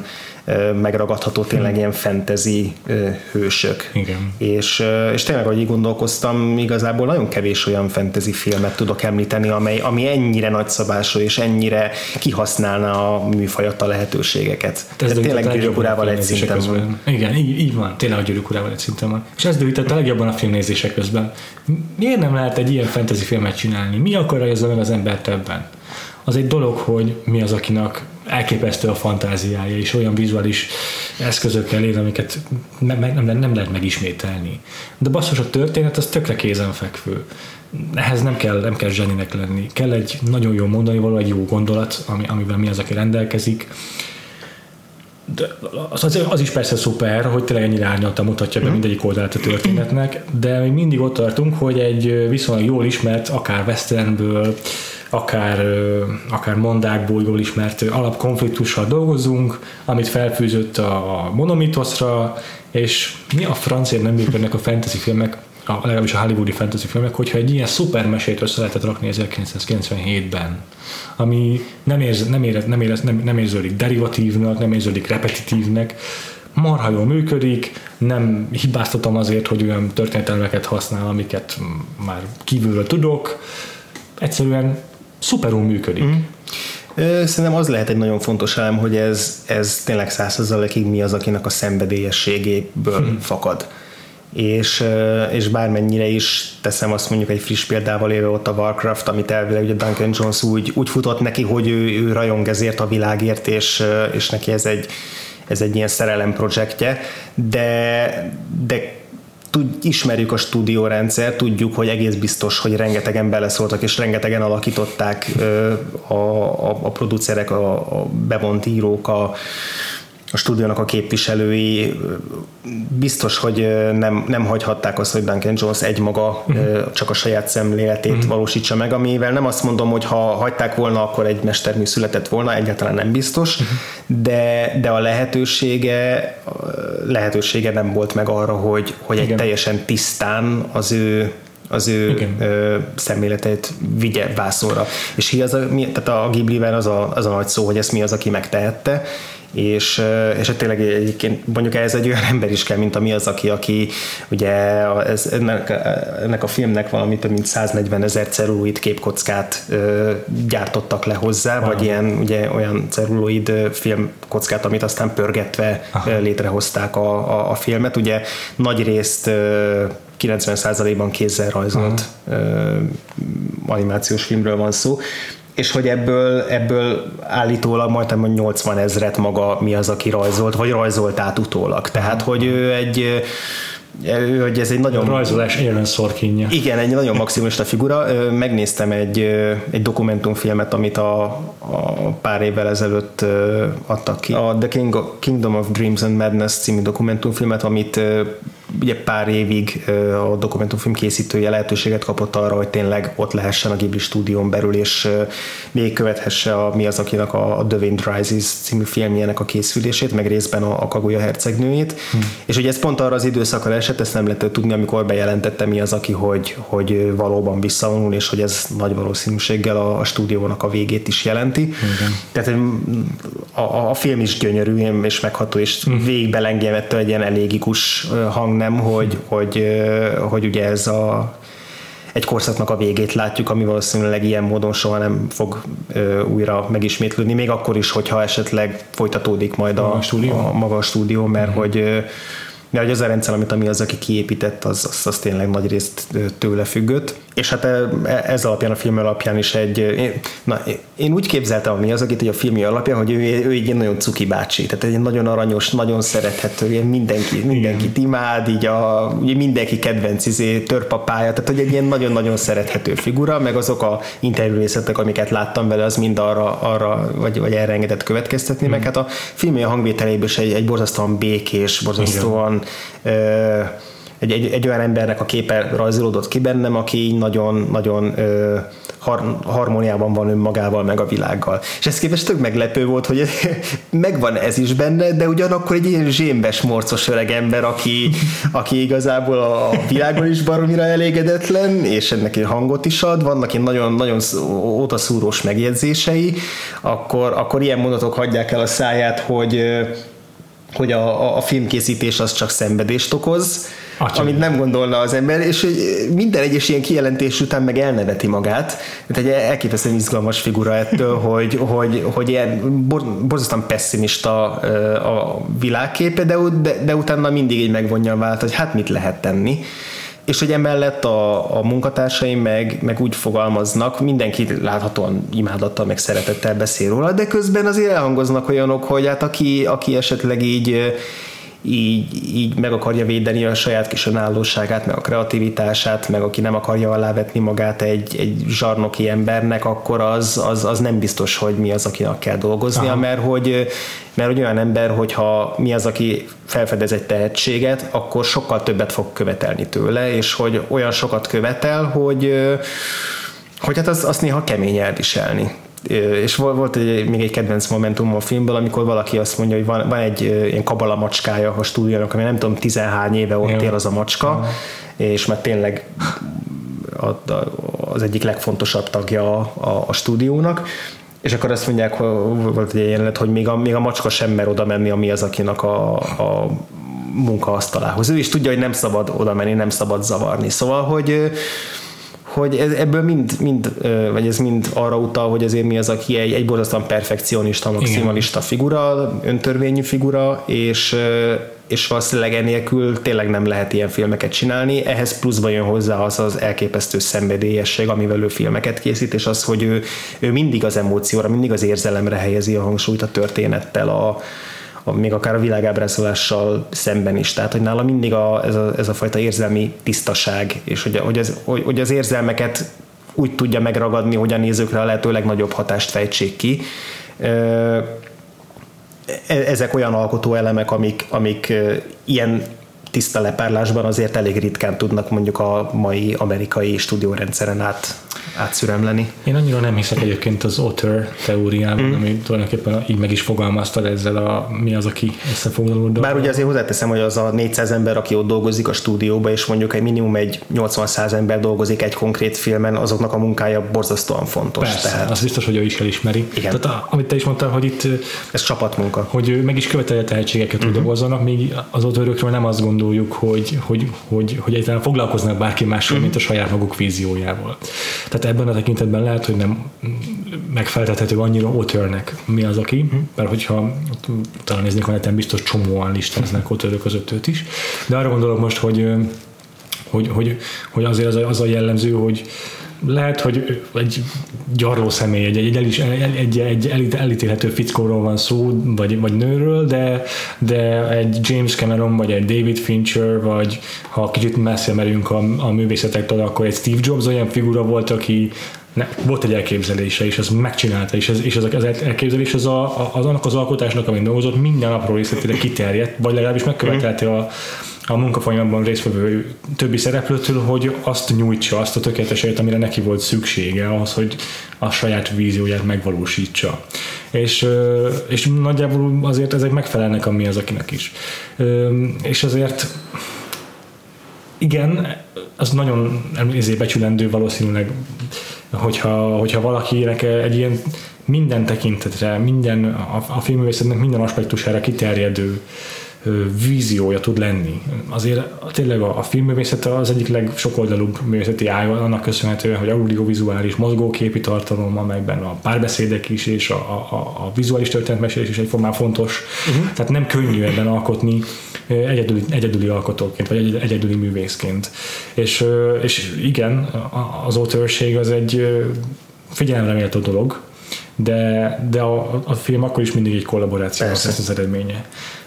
megragadható tényleg ilyen fantasy hősök. Igen. És tényleg, ahogy így gondolkoztam, igazából nagyon kevés olyan fantasy filmet tudok említeni, ami ennyire nagyszabású és ennyire kihasználna a műfajat, a lehetőségeket. Tehát tényleg Gyűrűk Urával egy szinten van. Igen, így van. Tényleg a Gyűrűk Urával egy szinten van. És ez dőített a legjobban a filmnézések közben. Miért nem lehet egy ilyen fantasy filmet csinálni? Mi akarályozza meg az embert ebben? Az egy dolog, hogy mi az, akinek elképesztő a fantáziája, és olyan vizuális eszközökkel él, amiket nem lehet megismételni. De basszus, a történet az tökre kézenfekvő. Ehhez nem kell zseninek lenni. Kell egy nagyon jó mondani való, egy jó gondolat, amiben mi az, aki rendelkezik. De az is persze szuper, hogy tényleg ennyire árnyaltan mutatja be mindegyik oldalát a történetnek, de még mindig ott tartunk, hogy egy viszonylag jól ismert, akár westernből, akár mondákból jól ismert alapkonfliktussal dolgozunk, amit felfűzött a monomitoszra, és mi a francért nem működnek a fantasy filmek, legalábbis a hollywoodi fantasy filmek, hogyha egy ilyen szuper mesét össze lehetett rakni 1997-ben, ami nem érződik derivatívnak, nem érződik repetitívnek, marha jól működik, nem hibáztatom azért, hogy olyan történetelmeket használ, amiket már kívülről tudok, egyszerűen szuperul működik. Szerintem az lehet egy nagyon fontos elem, hogy ez tényleg 100%-ig mi az, akinek a szenvedélyességéből fakad. És bármennyire is teszem azt mondjuk egy friss példával élve ott a Warcraft, amit elvileg ugye Duncan Jones úgy futott neki, hogy ő rajong ezért a világért, és neki ez egy ilyen szerelem projektje, de ismerjük a stúdiórendszer, tudjuk, hogy egész biztos, hogy rengetegen beleszóltak, és rengetegen alakították a producerek, a bevont írók, a stúdiónak a képviselői. Biztos, hogy nem hagyhatták azt, hogy Duncan Jones egymaga csak a saját szemléletét valósítsa meg, amivel nem azt mondom, hogy ha hagyták volna, akkor egy mestermű született volna, egyáltalán nem biztos, de a lehetősége nem volt meg arra, hogy egy teljesen tisztán az ő szemléletét vigye vászonra. És tehát a Ghibliben az a nagy szó, hogy ezt mi az, aki megtehette, és tényleg egyébként mondjuk ez egy olyan ember is kell, mint a Miyazaki, aki ugye ennek a filmnek valami több mint 140 000 celluloid képkockát gyártottak le hozzá, vagy ilyen ugye olyan celluloid filmkockát, amit aztán pörgetve létrehozták a filmet. Ugye nagy részt 90%-ban kézzel rajzolt animációs filmről van szó, és hogy ebből állítólag majdnem 80 000 maga Miyazaki rajzolt, vagy rajzolt át utólag. Tehát, hogy hogy ez egy nagyon... A rajzolás Aaron Sorkinja. Igen, egy nagyon maximalista figura. Megnéztem egy dokumentumfilmet, amit a pár évvel ezelőtt adtak ki. A The Kingdom of Dreams and Madness című dokumentumfilmet, amit ugye pár évig a dokumentumfilm készítője lehetőséget kapott arra, hogy tényleg ott lehessen a Ghibli stúdión belül, és végigkövethesse a Miyazakinak a The Wind Rises című filmjének a készülését, meg részben a Kaguya hercegnőjét. És ugye ez pont arra az időszakra esett, ezt nem lehetett tudni, amikor bejelentette Miyazaki, hogy valóban visszavonul, és hogy ez nagy valószínűséggel a stúdiónak a végét is jelenti. Tehát a film is gyönyörű és megható, és végig belengem ettől egy ilyen elégikus hangnem, hogy ugye ez egy korszaknak a végét látjuk, ami valószínűleg ilyen módon soha nem fog újra megismétlődni, még akkor is, hogyha esetleg folytatódik majd a maga a stúdió, mert hogy az a rendszer, amit a Miyazaki kiépített, az tényleg nagy részt tőle függött. És hát ez alapján, a film alapján is én úgy képzeltem a Miyazakit, hogy a filmje alapján, hogy ő egy ilyen nagyon cuki bácsi, tehát egy nagyon aranyos, nagyon szerethető, mindenkit imád, így ugye mindenki kedvenc törpapája, tehát hogy egy ilyen nagyon-nagyon szerethető figura, meg azok a interjúrészetek, amiket láttam vele, az mind arra vagy erre engedett következtetni, meg hát a filmje hangvételéből is egy borzasztóan békés, borzasztóan egy olyan embernek a képe rajzolódott ki bennem, aki nagyon harmóniában van önmagával, meg a világgal. És ez képest tök meglepő volt, hogy megvan ez is benne, de ugyanakkor egy ilyen zsémbes, morcos öreg ember, aki igazából a világon is baromira elégedetlen, és ennek hangot is ad, vannak ilyen nagyon ótaszúrós megjegyzései, akkor ilyen mondatok hagyják el a száját, hogy hogy a filmkészítés az csak szenvedést okoz, amit nem gondolna az ember, és hogy minden egyes ilyen kijelentés után meg elneveti magát. Tehát egy elképesztően izgalmas figura ettől, hogy ilyen borzasztóan pessimista a világképe, de utána mindig így megvonja a vált, hogy hát mit lehet tenni. És hogy emellett a munkatársaim meg úgy fogalmaznak, mindenki láthatóan imádattal meg szeretettel beszél róla, de közben azért elhangoznak olyanok, hogy hát aki esetleg így meg akarja védeni a saját kis önállóságát, meg a kreativitását, meg aki nem akarja alávetni magát egy zsarnoki embernek, akkor az nem biztos, hogy mi az, akinek kell dolgoznia, mert hogy olyan ember, hogyha mi az, aki felfedez egy tehetséget, akkor sokkal többet fog követelni tőle, és hogy olyan sokat követel, hogy hát azt néha kemény elviselni. És volt még egy kedvenc momentum a filmből, amikor valaki azt mondja, hogy van egy ilyen kabala macskája a stúdiónak, ami nem tudom, 13 éve ott él az a macska, és már tényleg az egyik legfontosabb tagja a stúdiónak, és akkor azt mondják, hogy volt egy jelenet, hogy még a macska sem mer oda menni, ami az, akinek a munkaasztalához. Ő is tudja, hogy nem szabad oda menni, nem szabad zavarni. Szóval, hogy ebből vagy ez mind arra utal, hogy azért mi az, aki egy borzasztóan perfekcionista, maximalista figura, öntörvényű figura, és valószínűleg enélkül tényleg nem lehet ilyen filmeket csinálni. Ehhez pluszban jön hozzá az elképesztő szenvedélyesség, amivel ő filmeket készít, és az, hogy ő mindig az emócióra, mindig az érzelemre helyezi a hangsúlyt a történettel, még akár a világábrázolással szemben is. Tehát, hogy nála mindig ez a fajta érzelmi tisztaság, és hogy az érzelmeket úgy tudja megragadni, hogy a nézőkre a lehető legnagyobb hatást fejtsék ki. Ezek olyan alkotó elemek, amik ilyen tiszta lepárlásban azért elég ritkán tudnak mondjuk a mai amerikai stúdiórendszeren átszüremleni. Én annyira nem hiszek egyébként az author teóriában, ami tulajdonképpen így meg is fogalmaztad ezzel mi az, aki összefoglalódott. Bár ugye azért hozzáteszem, hogy az a 400 ember, aki ott dolgozik a stúdióba, és mondjuk egy minimum egy 80-100 ember dolgozik egy konkrét filmen, azoknak a munkája borzasztóan fontos. Persze, tehát az biztos, hogy ő is elismeri. Igen. Tehát amit te is mondtál, hogy itt ez csapatmunka. Hogy meg is követelje tehetségeket, hogy dolgozzanak, még az authorokról nem azt gondoljuk, hogy egyáltalán foglalkoznak bárki mással, mint a saját maguk víziójával. Tehát ebben a tekintetben lehet, hogy nem megfeltethető annyira authornek mi az, aki, mert hogyha talán néznék a neten, biztos csomóan listáznak authorok között őt is, de arra gondolok most, hogy azért az a jellemző, hogy lehet, hogy egy gyarló személy, egy elítélhető fickóról van szó, vagy nőről, de egy James Cameron, vagy egy David Fincher, vagy ha kicsit messze merünk a művészetektől, akkor egy Steve Jobs olyan figura volt, aki volt egy elképzelése, és ezt megcsinálta, és az elképzelés annak az alkotásnak, amit dolgozott, minden apró részletére kiterjedt, vagy legalábbis megkövetelte a munkafolyamban résztvevő többi szereplőtől, hogy azt nyújtsa, azt a tökéleteséget, amire neki volt szüksége ahhoz, hogy a saját vízióját megvalósítsa. És nagyjából azért ezek megfelelnek a mi az akinek is. És azért igen, az nagyon becsülendő valószínűleg, hogyha valakinek egy ilyen minden tekintetre, a filmművészetnek minden aspektusára kiterjedő víziója tud lenni. Azért tényleg a filmművészet az egyik legsokoldalúbb művészeti ág, annak köszönhetően, hogy audiovizuális, mozgóképi tartalom, amelyben a párbeszédek is és a vizuális történetmesélés is egyformán fontos. Tehát nem könnyű ebben alkotni egyedüli alkotóként, vagy egyedüli művészként. És igen, az autőrség az egy figyelemre méltó dolog, de a film akkor is mindig egy kollaboráció lesz az eredménye.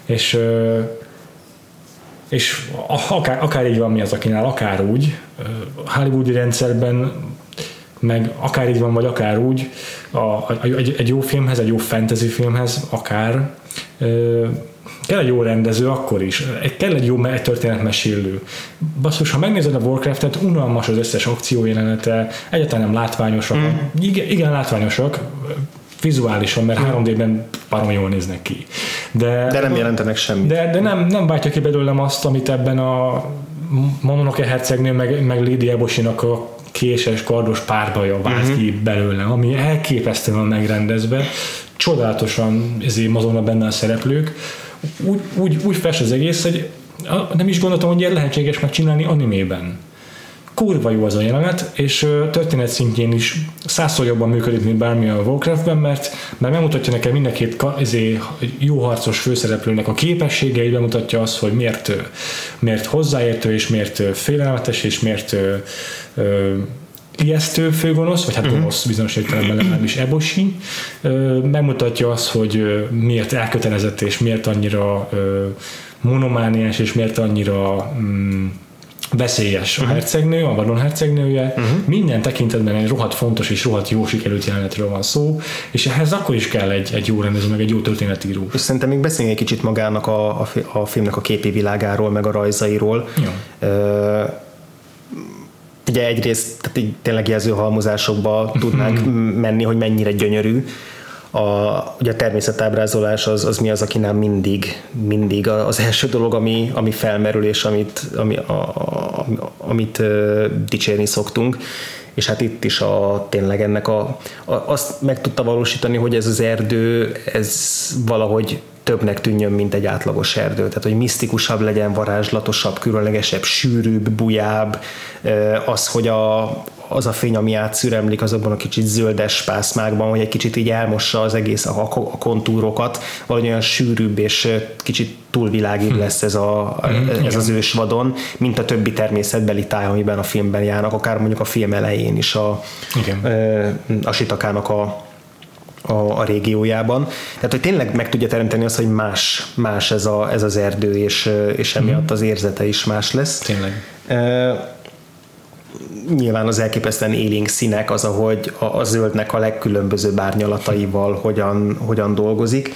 És akár így van mi az akinál, akár úgy, hollywoodi rendszerben, meg akár így van, vagy akár úgy, egy jó filmhez, egy jó fantasy filmhez, akár kell egy jó rendező akkor is, kell egy jó történetmesélő. Basszus, ha megnézed a Warcraftet, unalmas az összes akciójelenete, egyáltalán nem látványosak. Igen, látványosak, vizuálisan, mert 3D-ben baromi jól néznek ki. De nem jelentenek semmit. De nem váltja ki belőlem azt, amit ebben a Mononoke hercegnő, meg Lady Eboshinak a késes, kardos párbaja vált ki belőlem, ami elképesztően van megrendezve, csodálatosan mozognak benne a szereplők, úgy fest az egész, hogy nem is gondoltam, hogy ilyen lehetséges megcsinálni animében. Kurva jó az a jelenet, és történet szintjén is 100-szor jobban működik, mint bármi a Warcraftben, mert bemutatja nekem mind a két jó harcos főszereplőnek a képességeit, bemutatja azt, hogy miért hozzáértő, és miért félelmetes, és miért ijesztő főgonosz, vagy hát gonosz bizonyos értelemben legalábbis Eboshi. Megmutatja azt, hogy miért elkötelezett, és miért annyira monomániás, és miért annyira veszélyes a hercegnő, a vadon hercegnője. Minden tekintetben egy rohadt fontos és rohadt jó sikerült jelenetről van szó, és ehhez akkor is kell egy jó rendező, meg egy jó történetíró. És szerintem még beszéljünk egy kicsit magának a filmnek a képi világáról, meg a rajzairól. Ugye egyrészt tehát így tényleg jelzőhalmozásokba tudnánk menni, hogy mennyire gyönyörű. Ugye a természetábrázolás az mi az, aki nem mindig az első dolog, ami felmerül, és amit dicsérni szoktunk. És hát itt is tényleg ennek azt meg tudta valósítani, hogy ez az erdő, ez valahogy többnek tűnjön, mint egy átlagos erdő. Tehát, hogy misztikusabb legyen, varázslatosabb, különlegesebb, sűrűbb, bujább, az, hogy az a fény, ami átszüremlik azokban a kicsit zöldes pászmákban, hogy egy kicsit így elmossa az egész a kontúrokat, valahogy olyan sűrűbb és kicsit túlvilágibb lesz ez az ősvadon, mint a többi természetbeli táj, amiben a filmben járnak, akár mondjuk a film elején is a Sitakának a régiójában. Tehát, hogy tényleg meg tudja teremteni azt, hogy más ez az erdő, és emiatt az érzete is más lesz. Tényleg. Nyilván az elképesztően élénk színek, az, ahogy a zöldnek a legkülönbözőbb árnyalataival hogyan dolgozik.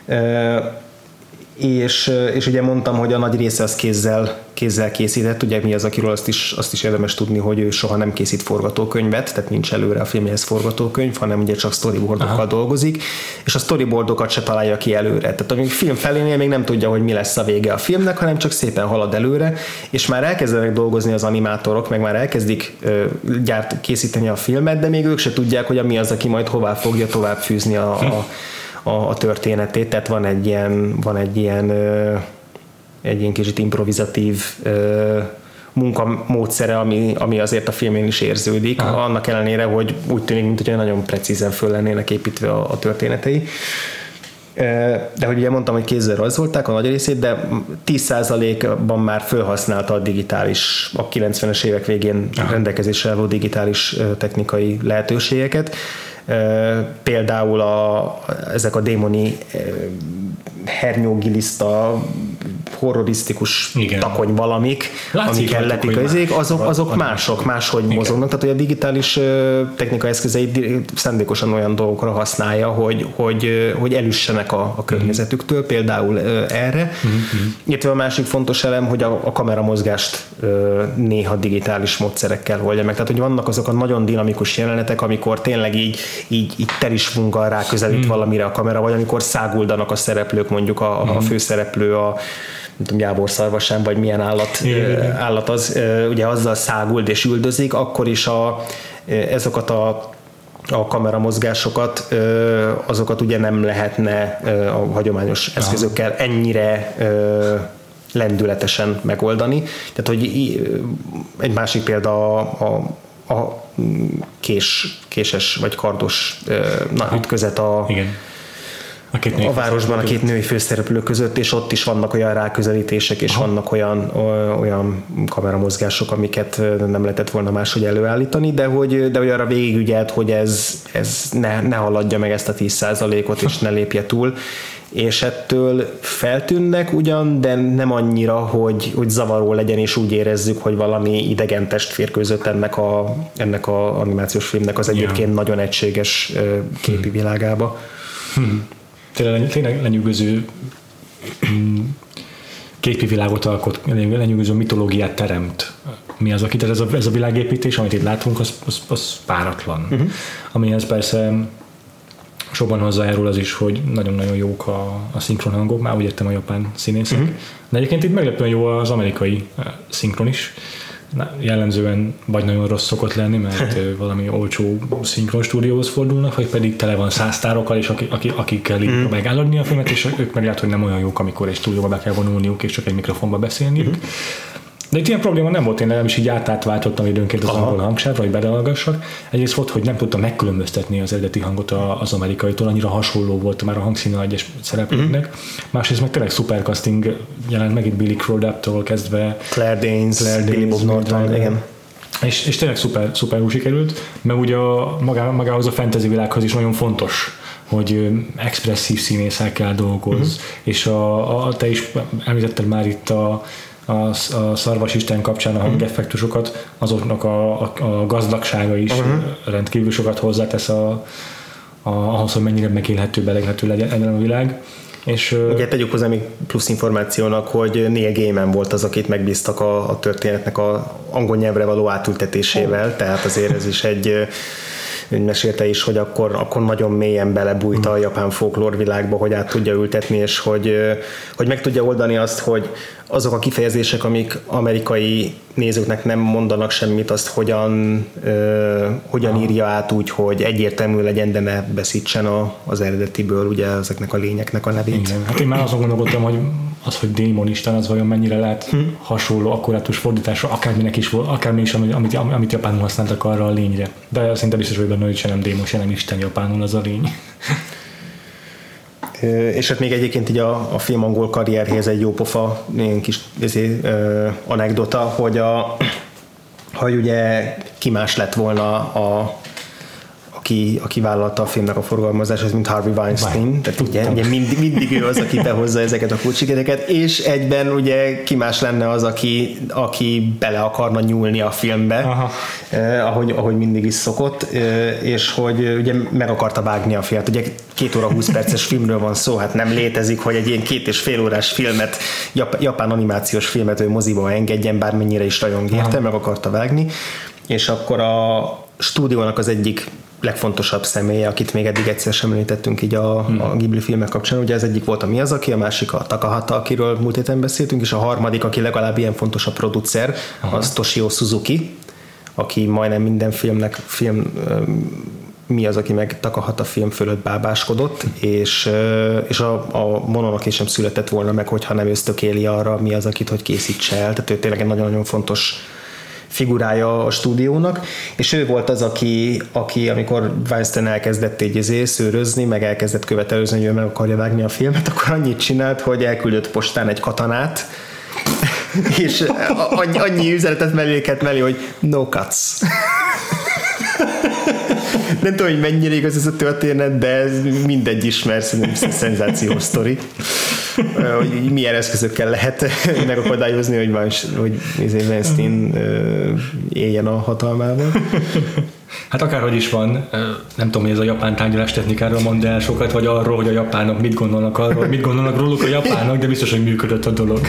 És ugye mondtam, hogy a nagy része az kézzel készített, ugye mi az, akiről azt is érdemes tudni, hogy ő soha nem készít forgatókönyvet, tehát nincs előre a filmhez forgatókönyv, hanem ugye csak storyboardokkal dolgozik, és a storyboardokat se találja ki előre. Tehát a film felénél még nem tudja, hogy mi lesz a vége a filmnek, hanem csak szépen halad előre, és már elkezdenek dolgozni az animátorok, meg már elkezdik készíteni a filmet, de még ők se tudják, hogy mi az, aki majd hová fogja tovább fűzni a történetét, tehát van egy ilyen kicsit improvizatív munkamódszere, ami azért a filmén is érződik, annak ellenére, hogy úgy tűnik, mint hogy nagyon precízen föl lennének építve a történetei. De hogy ugye mondtam, hogy kézzel rajzolták a nagy részét, de 10%-ban már felhasználta a digitális, a 90-es évek végén rendelkezésre álló digitális technikai lehetőségeket. Például ezek a démoni hernyógiliszta horrorisztikus takony valamik, amik elletik azok máshogy mozognak. Tehát, hogy a digitális technika eszközeit szándékosan olyan dolgokra használja, hogy elüssenek a környezetüktől, például erre. Illetve a másik fontos elem, hogy a kameramozgást néha digitális módszerekkel oldja meg. Tehát, hogy vannak azok a nagyon dinamikus jelenetek, amikor tényleg így terisfunkkal ráközelít valamire a kamera, vagy amikor száguldanak a szereplők, mondjuk a főszereplő nem tudom, jávorszarvasán, vagy milyen állat az, ugye azzal száguld és üldözik, akkor is ezeket a kameramozgásokat, azokat ugye nem lehetne a hagyományos eszközökkel ennyire lendületesen megoldani. Tehát, hogy egy másik példa a késes vagy kardos ütközet a városban a két női főszereplő között, és ott is vannak olyan ráközelítések, és vannak olyan kameramozgások, amiket nem lehetett volna máshogy előállítani, de hogy arra végigügyelt, hogy ez ne haladja meg ezt a 10%-ot, és ne lépje túl, és ettől feltűnnek ugyan, de nem annyira, hogy zavaró legyen, és úgy érezzük, hogy valami idegen test férkőzött ennek a animációs filmnek az egyébként nagyon egységes képi világába. Tényleg lenyűgöző képi világot alkot, lenyűgöző mitológiát teremt. Mi az, akit ez a világépítés, amit itt látunk, az páratlan. Amihez persze sokban hozzájárul az is, hogy nagyon-nagyon jók a szinkron hangok, már úgy értem a japán színészek. De egyébként itt meglepően jó az amerikai szinkron is. jellemzően vagy nagyon rossz szokott lenni, mert valami olcsó szinkron stúdióhoz fordulnak, vagy pedig tele van 100 sztárokkal, és akikkel így megállodni a filmet, és ők meg lehet, hogy nem olyan jók, amikor egy stúdióba be kell vonulniuk, és csak egy mikrofonba beszélniük. De itt ilyen probléma nem volt, én nem is így átváltottam időnként az angol hangsávra, hogy bedalgassak. Egyrészt volt, hogy nem tudtam megkülönböztetni az eredeti hangot az amerikaitól, annyira hasonló volt már a hangszíne egyes szereplőknek. Másrészt meg tényleg szuper casting jelent meg itt Billy Crudup-tól kezdve Claire Danes, Billy Bob Thornton, igen. És tényleg szuper sikerült, meg ugye magához a fantasy világhoz is nagyon fontos, hogy expresszív színészekkel dolgoz, és te is említetted már itt a Szarvas Isten kapcsán a hangeffektusokat, azoknak a gazdagsága is rendkívül sokat hozzátesz ahhoz, hogy mennyire megélhető, beleghető legyen a világ. És, ugye tegyük hozzá még plusz információnak, hogy Neil Gaiman volt az, akit megbíztak a történetnek a angol nyelvre való átültetésével, tehát azért ez is egy mesélte is, hogy akkor nagyon mélyen belebújt a japán folklór világba, hogy át tudja ültetni, és hogy meg tudja oldani azt, hogy azok a kifejezések, amik amerikai nézőknek nem mondanak semmit, azt hogyan írja át úgy, hogy egyértelmű legyen, de ne veszítsen az eredetiből ugye ezeknek a lényeknek a nevét. Igen. Hát én már azon gondolkodtam, hogy hogy démonisten az vajon mennyire lehet hasonló, akkurátus fordításra, akármi is, amit japánul használtak arra a lényre. De szinte biztos vagy benne, hogy se nem démon, se nem isten japánul az a lény. És hát még egyébként így a film angol karrierhez egy jó pofa, ilyen kis anekdota, hogy ugye ki más lett volna aki vállalta a filmnek a forgalmazását, mint Harvey Weinstein. Tehát ugye mindig ő az, aki behozza ezeket a kulcsikereket, és egyben ugye ki más lenne az, aki bele akarna nyúlni a filmbe, ahogy mindig is szokott, és hogy ugye meg akarta vágni a filmet. Ugye 2 óra 20 perces filmről van szó, hát nem létezik, hogy egy ilyen 2,5 órás filmet, japán animációs filmet ő moziba engedjen, bármennyire is rajong érte, meg akarta vágni, és akkor a stúdiónak az egyik legfontosabb személye, akit még eddig egyszer sem említettünk így a Ghibli filmek kapcsán. Ugye az egyik volt a Miyazaki, a másik a Takahata, akiről múlt héten beszéltünk, és a harmadik, aki legalább ilyen fontos a producer, az Toshio Suzuki, aki majdnem minden mi az, aki meg Takahata film fölött bábáskodott, és a Mononoke sem született volna meg, hogyha nem ösztökéli arra, mi az, akit hogy készítse el. Tehát ő tényleg egy nagyon-nagyon fontos figurája a stúdiónak, és ő volt az, aki amikor Weinstein elkezdett szőrözni, meg elkezdett követelőzni, hogy ő meg akarja vágni a filmet, akkor annyit csinált, hogy elküldött postán egy katanát, és annyi üzenetet mellé, hogy no cuts. Nem tudom, hogy mennyire igaz ez a történet, de ez mindegy ismer, szerintem szenzációs sztori. Hogy milyen eszközökkel lehet megakadályozni, hogy Weinstein éljen a hatalmával. Hát akárhogy is van, nem tudom, hogy ez a japán tárgyalás technikáról mond el sokat, vagy arról, hogy a japánok mit gondolnak arról, mit gondolnak róluk a japánok, de biztos, hogy működött a dolog.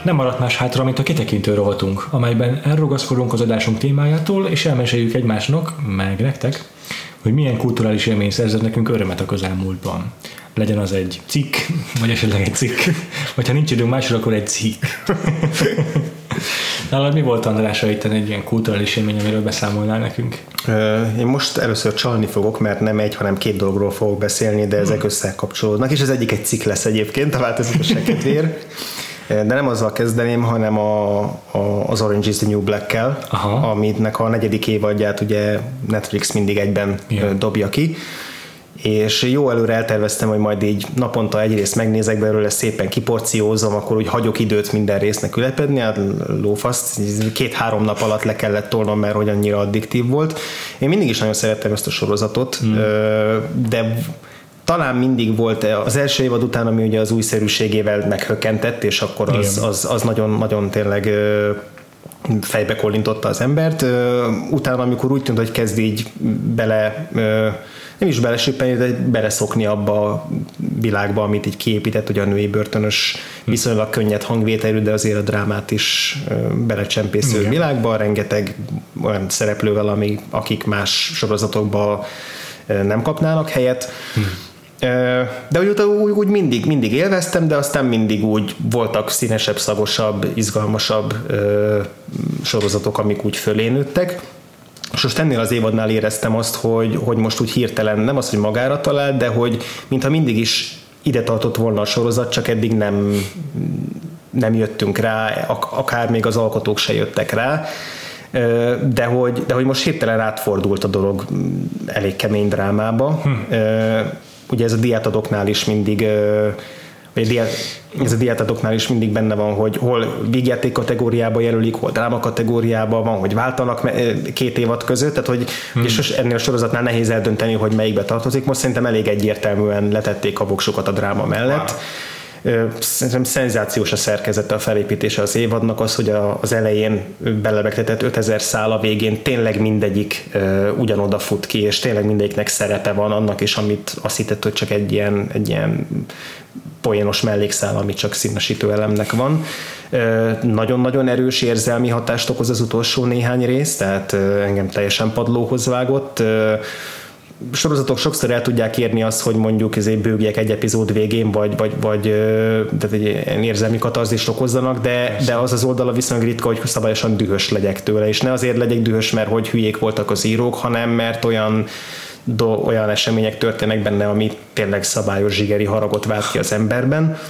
nem maradt más hátra, mint a kitekintő rovatunk, amelyben elrugaszkodunk az adásunk témájától, és elmeséljük egymásnak, meg nektek, hogy milyen kulturális élmény szerzett nekünk örömet a közelmúltban. Legyen az egy cikk, vagy esetleg egy cikk, vagy ha nincs időnk másra, akkor egy cikk. Nálad mi volt, András, itt egy ilyen kulturális élmény, amiről beszámolnál nekünk? Én most először csalni fogok, mert nem egy, hanem két dologról fogok beszélni, de ezek összekapcsolódnak, és az egyik egy cikk lesz egyébként a változatosság kedvéért. De nem azzal kezdeném, hanem az Orange is the New Black-kel, aminek a 4. évadját ugye Netflix mindig egyben dobja ki. És jó előre elterveztem, hogy majd így naponta egy részt megnézek belőle, szépen kiporciózom, akkor úgy hagyok időt minden résznek ülepedni, hát lófaszt, 2-3 nap alatt le kellett tolnom, mert hogy annyira addiktív volt. Én mindig is nagyon szerettem ezt a sorozatot, de talán mindig volt az első évad után, ami ugye az újszerűségével meghökkentett, és akkor az nagyon tényleg fejbe kollintotta az embert. Utána, amikor úgy tűnt, hogy kezd így nem is belesüppeni, de beleszokni abba a világba, amit így kiépített, ugye a női börtönös, viszonylag könnyed hangvételű, de azért a drámát is belecsempésző világba, rengeteg olyan szereplővel, akik más sorozatokban nem kapnának helyet. De úgy mindig élveztem, de aztán mindig úgy voltak színesebb, szagosabb, izgalmasabb sorozatok, amik úgy fölé nőttek. És most ennél az évadnál éreztem azt, hogy most úgy hirtelen nem az, hogy magára talált, de hogy mintha mindig is ide tartott volna a sorozat, csak eddig nem jöttünk rá, akár még az alkotók se jöttek rá, de hogy most hirtelen átfordult a dolog elég kemény drámába. Ugye ez a diátadoknál is mindig benne van, hogy hol vígjáték kategóriába jelölik, hol dráma kategóriába van, hogy váltanak 2 évad között, tehát hogy és ennél a sorozatnál nehéz eldönteni, hogy melyikbe tartozik. Most szerintem elég egyértelműen letették a voksokat a dráma mellett. Szerintem szenzációs a szerkezete, a felépítése az évadnak, az, hogy az elején belebegtetett 5000 szál, a végén tényleg mindegyik ugyanoda fut ki, és tényleg mindegyiknek szerepe van annak is, amit azt hittett, hogy csak egy ilyen poénos mellékszál, ami csak színesítő elemnek van. Nagyon-nagyon erős érzelmi hatást okoz az utolsó néhány rész, tehát engem teljesen padlóhoz vágott. Sorozatok sokszor el tudják érni azt, hogy mondjuk bőgjek egy epizód végén, vagy tehát egy érzelmi katarzist okozzanak, de az oldala viszonylag ritka, hogy szabályosan dühös legyek tőle, és ne azért legyek dühös, mert hogy hülyék voltak az írók, hanem mert olyan események történnek benne, ami tényleg szabályos zsigeri haragot vált ki az emberben.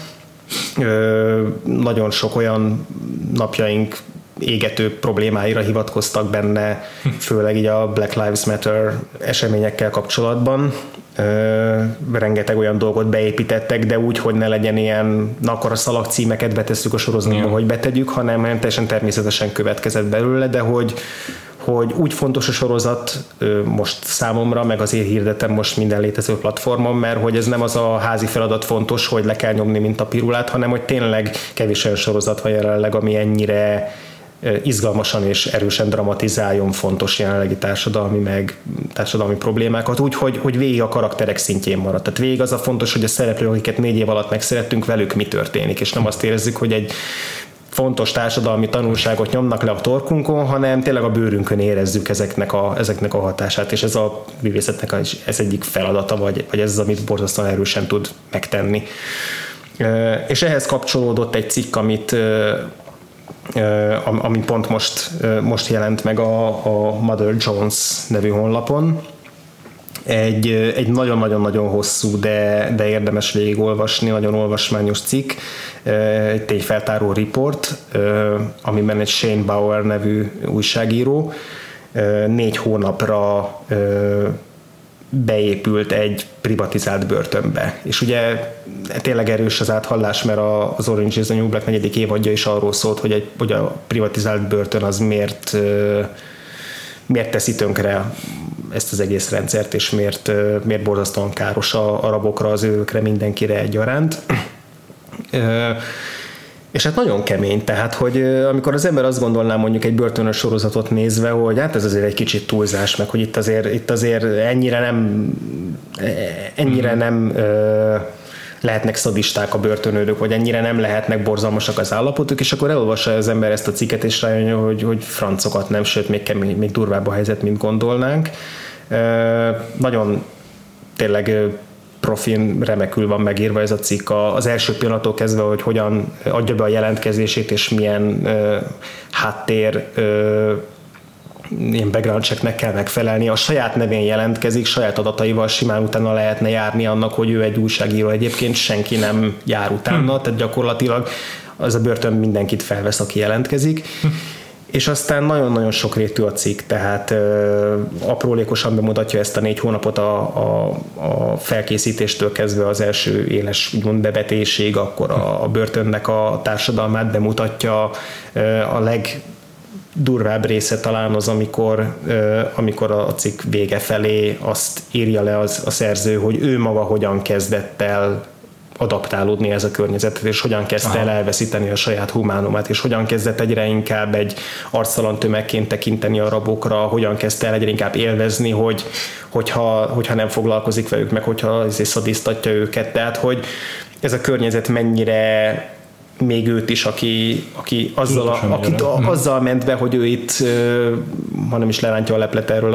Nagyon sok olyan napjaink égető problémáira hivatkoztak benne, főleg így a Black Lives Matter eseményekkel kapcsolatban. Rengeteg olyan dolgot beépítettek, de úgy, hogy ne legyen ilyen, na akkor a szalagcímeket betesszük a sorozatba, hogy betegyük, hanem teljesen természetesen következett belőle, de hogy úgy fontos a sorozat most számomra, meg azért hirdetem most minden létező platformon, mert hogy ez nem az a házi feladat fontos, hogy le kell nyomni, mint a pirulát, hanem hogy tényleg kevés olyan sorozat van jelenleg, ami ennyire izgalmasan és erősen dramatizáljon fontos jelenlegi társadalmi problémákat, hogy végig a karakterek szintjén marad. Tehát végig az a fontos, hogy a szereplők, akiket 4 év alatt megszerettünk, velük mi történik, és nem azt érezzük, hogy egy fontos társadalmi tanulságot nyomnak le a torkunkon, hanem tényleg a bőrünkön érezzük ezeknek a hatását, és ez a művészetnek ez egyik feladata, vagy ez az, amit borzasztóan erősen tud megtenni. És ehhez kapcsolódott egy cikk, ami pont most jelent meg a Mother Jones nevű honlapon. Egy nagyon-nagyon-nagyon hosszú, de érdemes végigolvasni, nagyon olvasmányos cikk, egy tényfeltáró riport, amiben egy Shane Bauer nevű újságíró 4 hónapra beépült egy privatizált börtönbe. És ugye tényleg erős az áthallás, mert az Orange is the New Black 4. évadja is arról szólt, hogy a privatizált börtön az miért teszi tönkre ezt az egész rendszert, és miért borzasztóan káros a rabokra, az őrökre, mindenkire egyaránt. És hát nagyon kemény, tehát, hogy amikor az ember azt gondolná mondjuk egy börtönös sorozatot nézve, hogy hát ez azért egy kicsit túlzás, meg hogy itt azért ennyire nem lehetnek szadisták a börtönőrök, vagy ennyire nem lehetnek borzalmasak az állapotok, és akkor elolvassa az ember ezt a cikket, és rájön, hogy francokat nem, sőt, még durvább a helyzet, mint gondolnánk. Nagyon tényleg profin, remekül van megírva ez a cikk az első pillanattól kezdve, hogy hogyan adja be a jelentkezését, és milyen háttér ilyen background checknek kell megfelelni. A saját nevén jelentkezik, saját adataival simán utána lehetne járni annak, hogy ő egy újságíró, egyébként senki nem jár utána, tehát gyakorlatilag az a börtön mindenkit felvesz, aki jelentkezik. És aztán nagyon-nagyon sokrétű a cikk, tehát aprólékosan bemutatja ezt a 4 hónapot a felkészítéstől kezdve az első éles bevetésig, akkor a börtönnek a társadalmát bemutatja. A legdurvább része talán az, amikor a cikk vége felé azt írja le a szerző, hogy ő maga hogyan kezdett el adaptálódni ez a környezetet, és hogyan kezdte el elveszíteni a saját humánumát, és hogyan kezdett egyre inkább egy arctalan tömegként tekinteni a rabokra, hogyan kezdte el egyre inkább élvezni, hogyha nem foglalkozik velük, meg hogyha szadisztatja őket. Tehát, hogy ez a környezet mennyire még őt is, aki azzal ment be, hogy ő itt, hanem is lerántja a leplet erről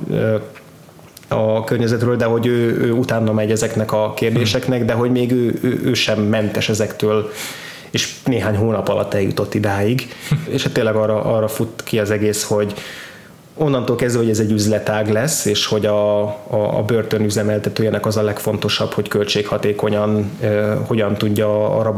a környezetről, de hogy ő utána megy ezeknek a kérdéseknek, de hogy még ő sem mentes ezektől, és néhány hónap alatt eljutott idáig. És hát tényleg arra fut ki az egész, hogy onnantól kezdve, hogy ez egy üzletág lesz, és hogy a börtön üzemeltetőjének az a legfontosabb, hogy költséghatékonyan hogyan tudja a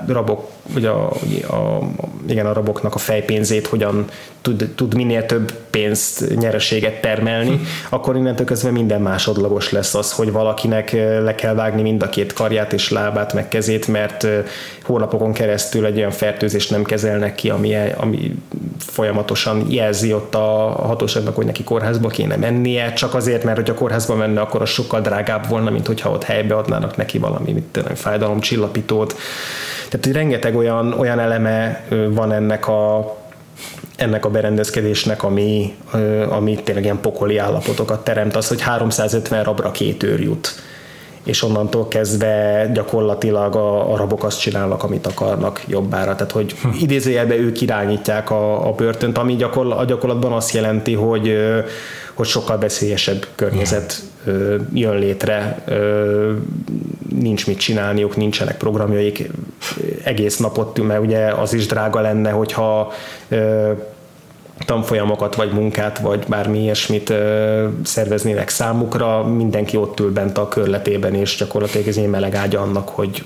raboknak a fejpénzét, hogyan tud minél több pénzt, nyereséget termelni, akkor innentől kezdve minden másodlagos lesz az, hogy valakinek le kell vágni mind a 2 karját és lábát, meg kezét, mert hónapokon keresztül egy olyan fertőzést nem kezelnek ki, ami folyamatosan jelzi ott a hatóságnak, hogy neki kórházba kéne mennie, csak azért, mert hogyha kórházba menne, akkor az sokkal drágább volna, mint hogyha ott helybe adnának neki valami fájdalomcsillapítót. Tehát rengeteg olyan eleme van ennek a berendezkedésnek, ami tényleg ilyen pokoli állapotokat teremt. Az, hogy 350 rabra 2 őr jut, és onnantól kezdve gyakorlatilag a rabok azt csinálnak, amit akarnak jobbára. Tehát, hogy idézőjelben ők irányítják a börtönt, ami gyakorlatban azt jelenti, hogy sokkal veszélyesebb környezet jön létre, nincs mit csinálniuk, nincsenek programjaik egész napot, mert ugye az is drága lenne, hogyha tanfolyamokat, vagy munkát, vagy bármi ilyesmit szerveznének számukra, mindenki ott ül bent a körletében, és gyakorlatilag ez egy meleg ágya annak, hogy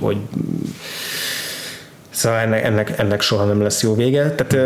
szóval ennek soha nem lesz jó vége. Tehát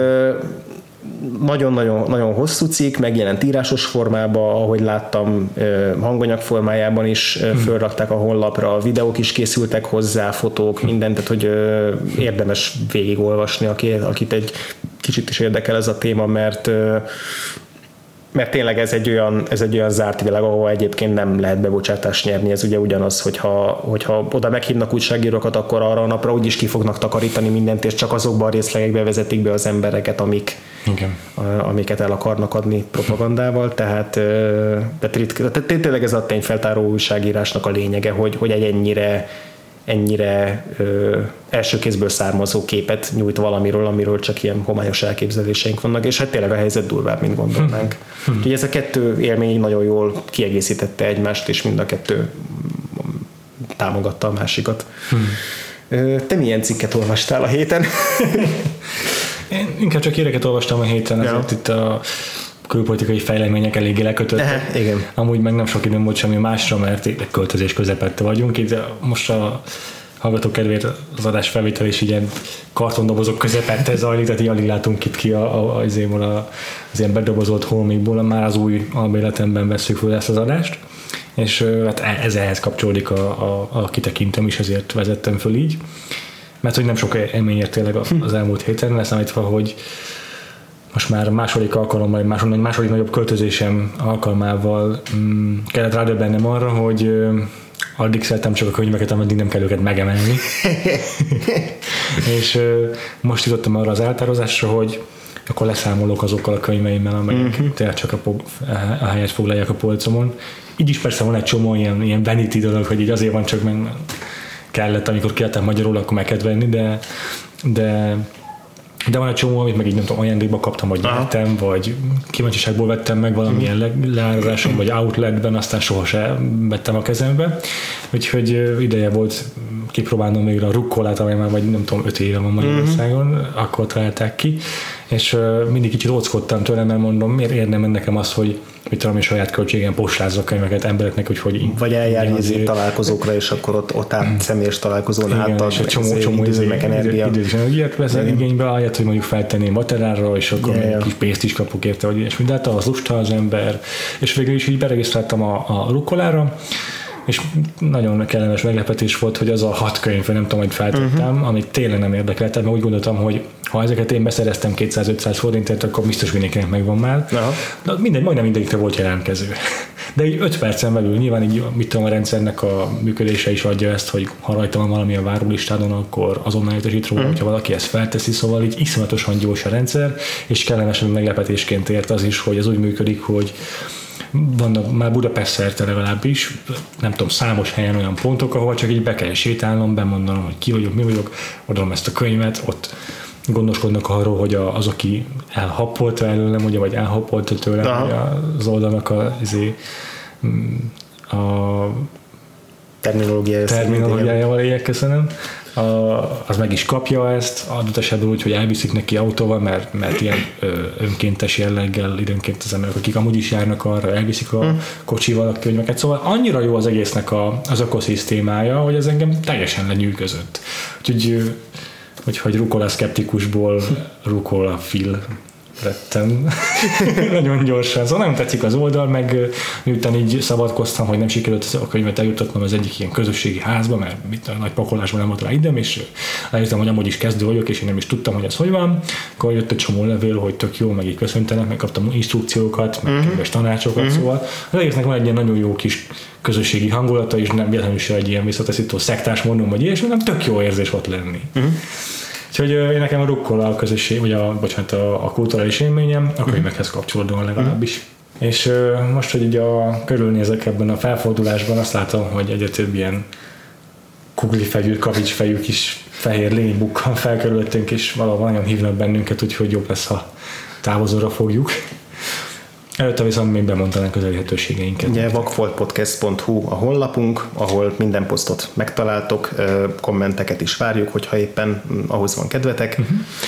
nagyon hosszú cikk, megjelent írásos formában, ahogy láttam, hanganyag formájában is fölrakták a honlapra, a videók is készültek hozzá, fotók, mindent, tehát hogy érdemes végigolvasni, akit egy kicsit is érdekel ez a téma, mert tényleg ez egy olyan zárt világ, ahol egyébként nem lehet bebocsátást nyerni. Ez ugye ugyanaz, hogyha oda meghívnak újságírókat, akkor arra a napra úgyis ki fognak takarítani mindent, és csak azokban a részlegekbe vezetik be az embereket, amiket el akarnak adni propagandával. Tehát tényleg ez a tényfeltáró újságírásnak a lényege, hogy egy ennyire első kézből származó képet nyújt valamiről, amiről csak ilyen homályos elképzeléseink vannak, és hát tényleg a helyzet durvább, mint gondolnánk. Úgyhogy ez a 2 élmény nagyon jól kiegészítette egymást, és mind a 2 támogatta a másikat. Te milyen cikket olvastál a héten? Én inkább csak híreket olvastam a héten, ezért itt a külpolitikai fejlemények eléggé lekötöttek. Igen. Amúgy meg nem sok időm volt semmi másra, mert költözés közepette vagyunk. Itt most a hallgatók kedvéért az adás felvétel is ilyen kartondobozok közepette zajlik, tehát így alig látunk itt ki az ilyen bedobozolt holmikból, már az új albéletemben veszük fel ezt az adást, és hát ez ehhez kapcsolódik a kitekintőm is, ezért vezettem föl így, mert hogy nem sok élményért tényleg az elmúlt héten, leszámítva, hogy most már második alkalommal, második nagyobb költözésem alkalmával kellett rádöbbennem arra, hogy addig szerettem csak a könyveket, ameddig nem kell őket megemelni. És most jutottam arra az eltározásra, hogy akkor leszámolok azokkal a könyveimmel, amelyek tényleg csak a helyet foglalják a polcomon. Így is persze van egy csomó ilyen vanity dolog, hogy így azért van csak, meg kellett, amikor kiadták magyarul, akkor meg kellett venni, de van egy csomó, amit meg így nem tudom, ajándékba kaptam, vagy nyertem, vagy kíváncsiságból vettem meg valamilyen leárazáson, vagy outletben, aztán sohasem vettem a kezembe. Úgyhogy ideje volt kipróbálnom még a rukkolát, amely már vagy nem tudom 5 éve van Magyarországon, akkor találták ki, és mindig kicsit óckodtam tőle, mert mondom, miért érne nekem az, hogy mit tudom, én saját költségen postázzak könyveket embereknek, úgyhogy... Vagy eljárni találkozókra, és akkor ott át személyes találkozón átad, és egy csomó idős energiát veszel igénybe, ahelyett, hogy mondjuk feltenném materiálra, és akkor egy kis pénzt is kapok érte, vagy ilyesmi, de hát az lusta az ember, és végül is így beregisztráltam a rukkolára, és nagyon kellemes meglepetés volt, hogy az a 6 könyv, nem tudom, hogy feltettem, amit tényleg nem érdekelt, mert úgy gondoltam, hogy ha ezeket én beszereztem 200-500 forintért, akkor biztos mindenkinek megvan már. De majdnem mindegyikre volt jelentkező. De így 5 percen belül nyilván így, mit tudom, a rendszernek a működése is adja ezt, hogy ha rajta van valami a várólistádon, akkor azonnal értesít róla, hogyha valaki ezt felteszi, szóval így iszonyatosan gyors a rendszer, és kellemesen meglepetésként ért az is, hogy ez úgy működik, hogy vannak már Budapest szerte legalábbis, nem tudom, számos helyen olyan pontok, ahol csak így be kell sétálnom, bemondanom, hogy ki vagyok, mi vagyok, odaadom ezt a könyvet, ott gondoskodnak arról, hogy az, aki elhappolta előlem, ugye, vagy elhappolta tőlem az oldalnak a terminológiájával éljek, köszönöm. Az meg is kapja ezt, adott esetben úgy, hogy elviszik neki autóval, mert ilyen önkéntes jelleggel időnként az emberek, akik amúgy is járnak arra, elviszik a kocsival a könyveket. Szóval annyira jó az egésznek az ökoszisztémája, hogy ez engem teljesen lenyűgözött. Úgyhogy rukola szkeptikusból rukola fil lettem. Nagyon gyorsan. Szóval nem tetszik az oldal, meg miután így szabadkoztam, hogy nem sikerült a könyvet eljutatnom az egyik ilyen közösségi házba, mert a nagy pakolásban nem volt rá időm, és eljöttem, hogy amúgy is kezdő vagyok, és én nem is tudtam, hogy ez hogy van. Akkor jött egy csomó levél, hogy tök jó, meg így köszöntenek, meg kaptam instrukciókat, meg kedves tanácsokat, szóval az egésznek van egy ilyen nagyon jó kis közösségi hangulata, és nem véletlenül se egy ilyen visszataszító szektás mondom, vagy ilyesmi, nem tök jó érzés volt lenni. Úgyhogy én nekem a rukkola a közösség, vagy a kulturális élményem, a könyvekhez kapcsolódóan legalábbis. És most, hogy így körülnézek ebben a felfordulásban, azt látom, hogy egyre több ilyen kuglifejű, kavicsfejű kis fehér lény bukkan fel körülöttünk, és valahol nagyon hívnak bennünket, úgyhogy jobb lesz, ha távozóra fogjuk. Előtte viszont még bemondanánk az elérhetőségeinket. Ugye vakfoltpodcast.hu a honlapunk, ahol minden posztot megtaláltok, kommenteket is várjuk, hogyha éppen ahhoz van kedvetek.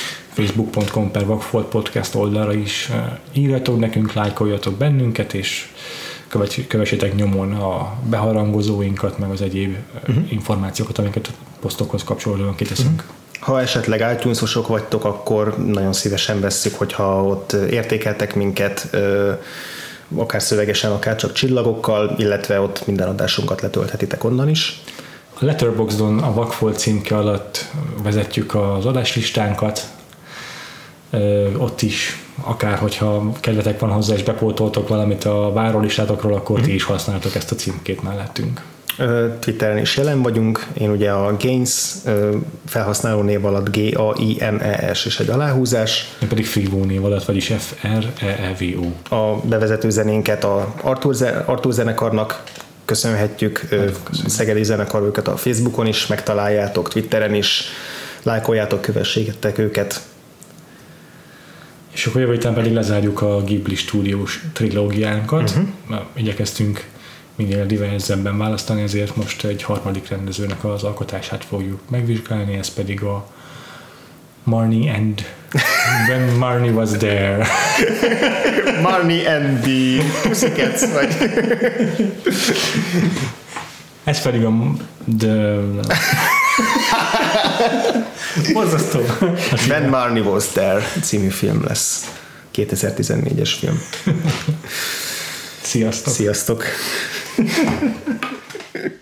Facebook.com/vakfoltpodcast oldalra is írjatok nekünk, lájkoljatok bennünket, és kövessétek nyomon a beharangozóinkat, meg az egyéb információkat, amiket a posztokhoz kapcsolódóan kiteszünk. Ha esetleg iTunes-osok vagytok, akkor nagyon szívesen vesszük, hogyha ott értékeltek minket, akár szövegesen, akár csak csillagokkal, illetve ott minden adásunkat letölthetitek onnan is. A Letterboxdon a Vakfolt címke alatt vezetjük az adáslistánkat, ott is, akár hogyha kedvetek van hozzá, és bepótoltok valamit a várólistátokról, akkor ti is használtok ezt a címkét mellettünk. Twitteren is jelen vagyunk, én ugye a Gaines felhasználó név alatt Gaines és egy aláhúzás. Én pedig Freevo név alatt, vagyis FREEVO. A bevezető zenénket a Arthur zenekarnak köszönhetjük, Szegedi zenekar, őket a Facebookon is megtaláljátok, Twitteren is, lájkoljátok, kövessétek őket. És akkor jövő héten pedig lezárjuk a Ghibli stúdiós trilógiánkat. Igyekeztünk minél diverzebben választani, ezért most egy harmadik rendezőnek az alkotását fogjuk megvizsgálni, ez pedig a Marnie and When Marnie Was There. Marnie and the Pussycats, vagy... Ez pedig a borzasztó. When Marnie Was There című film lesz. 2014-es film. Sziasztok! Sziasztok!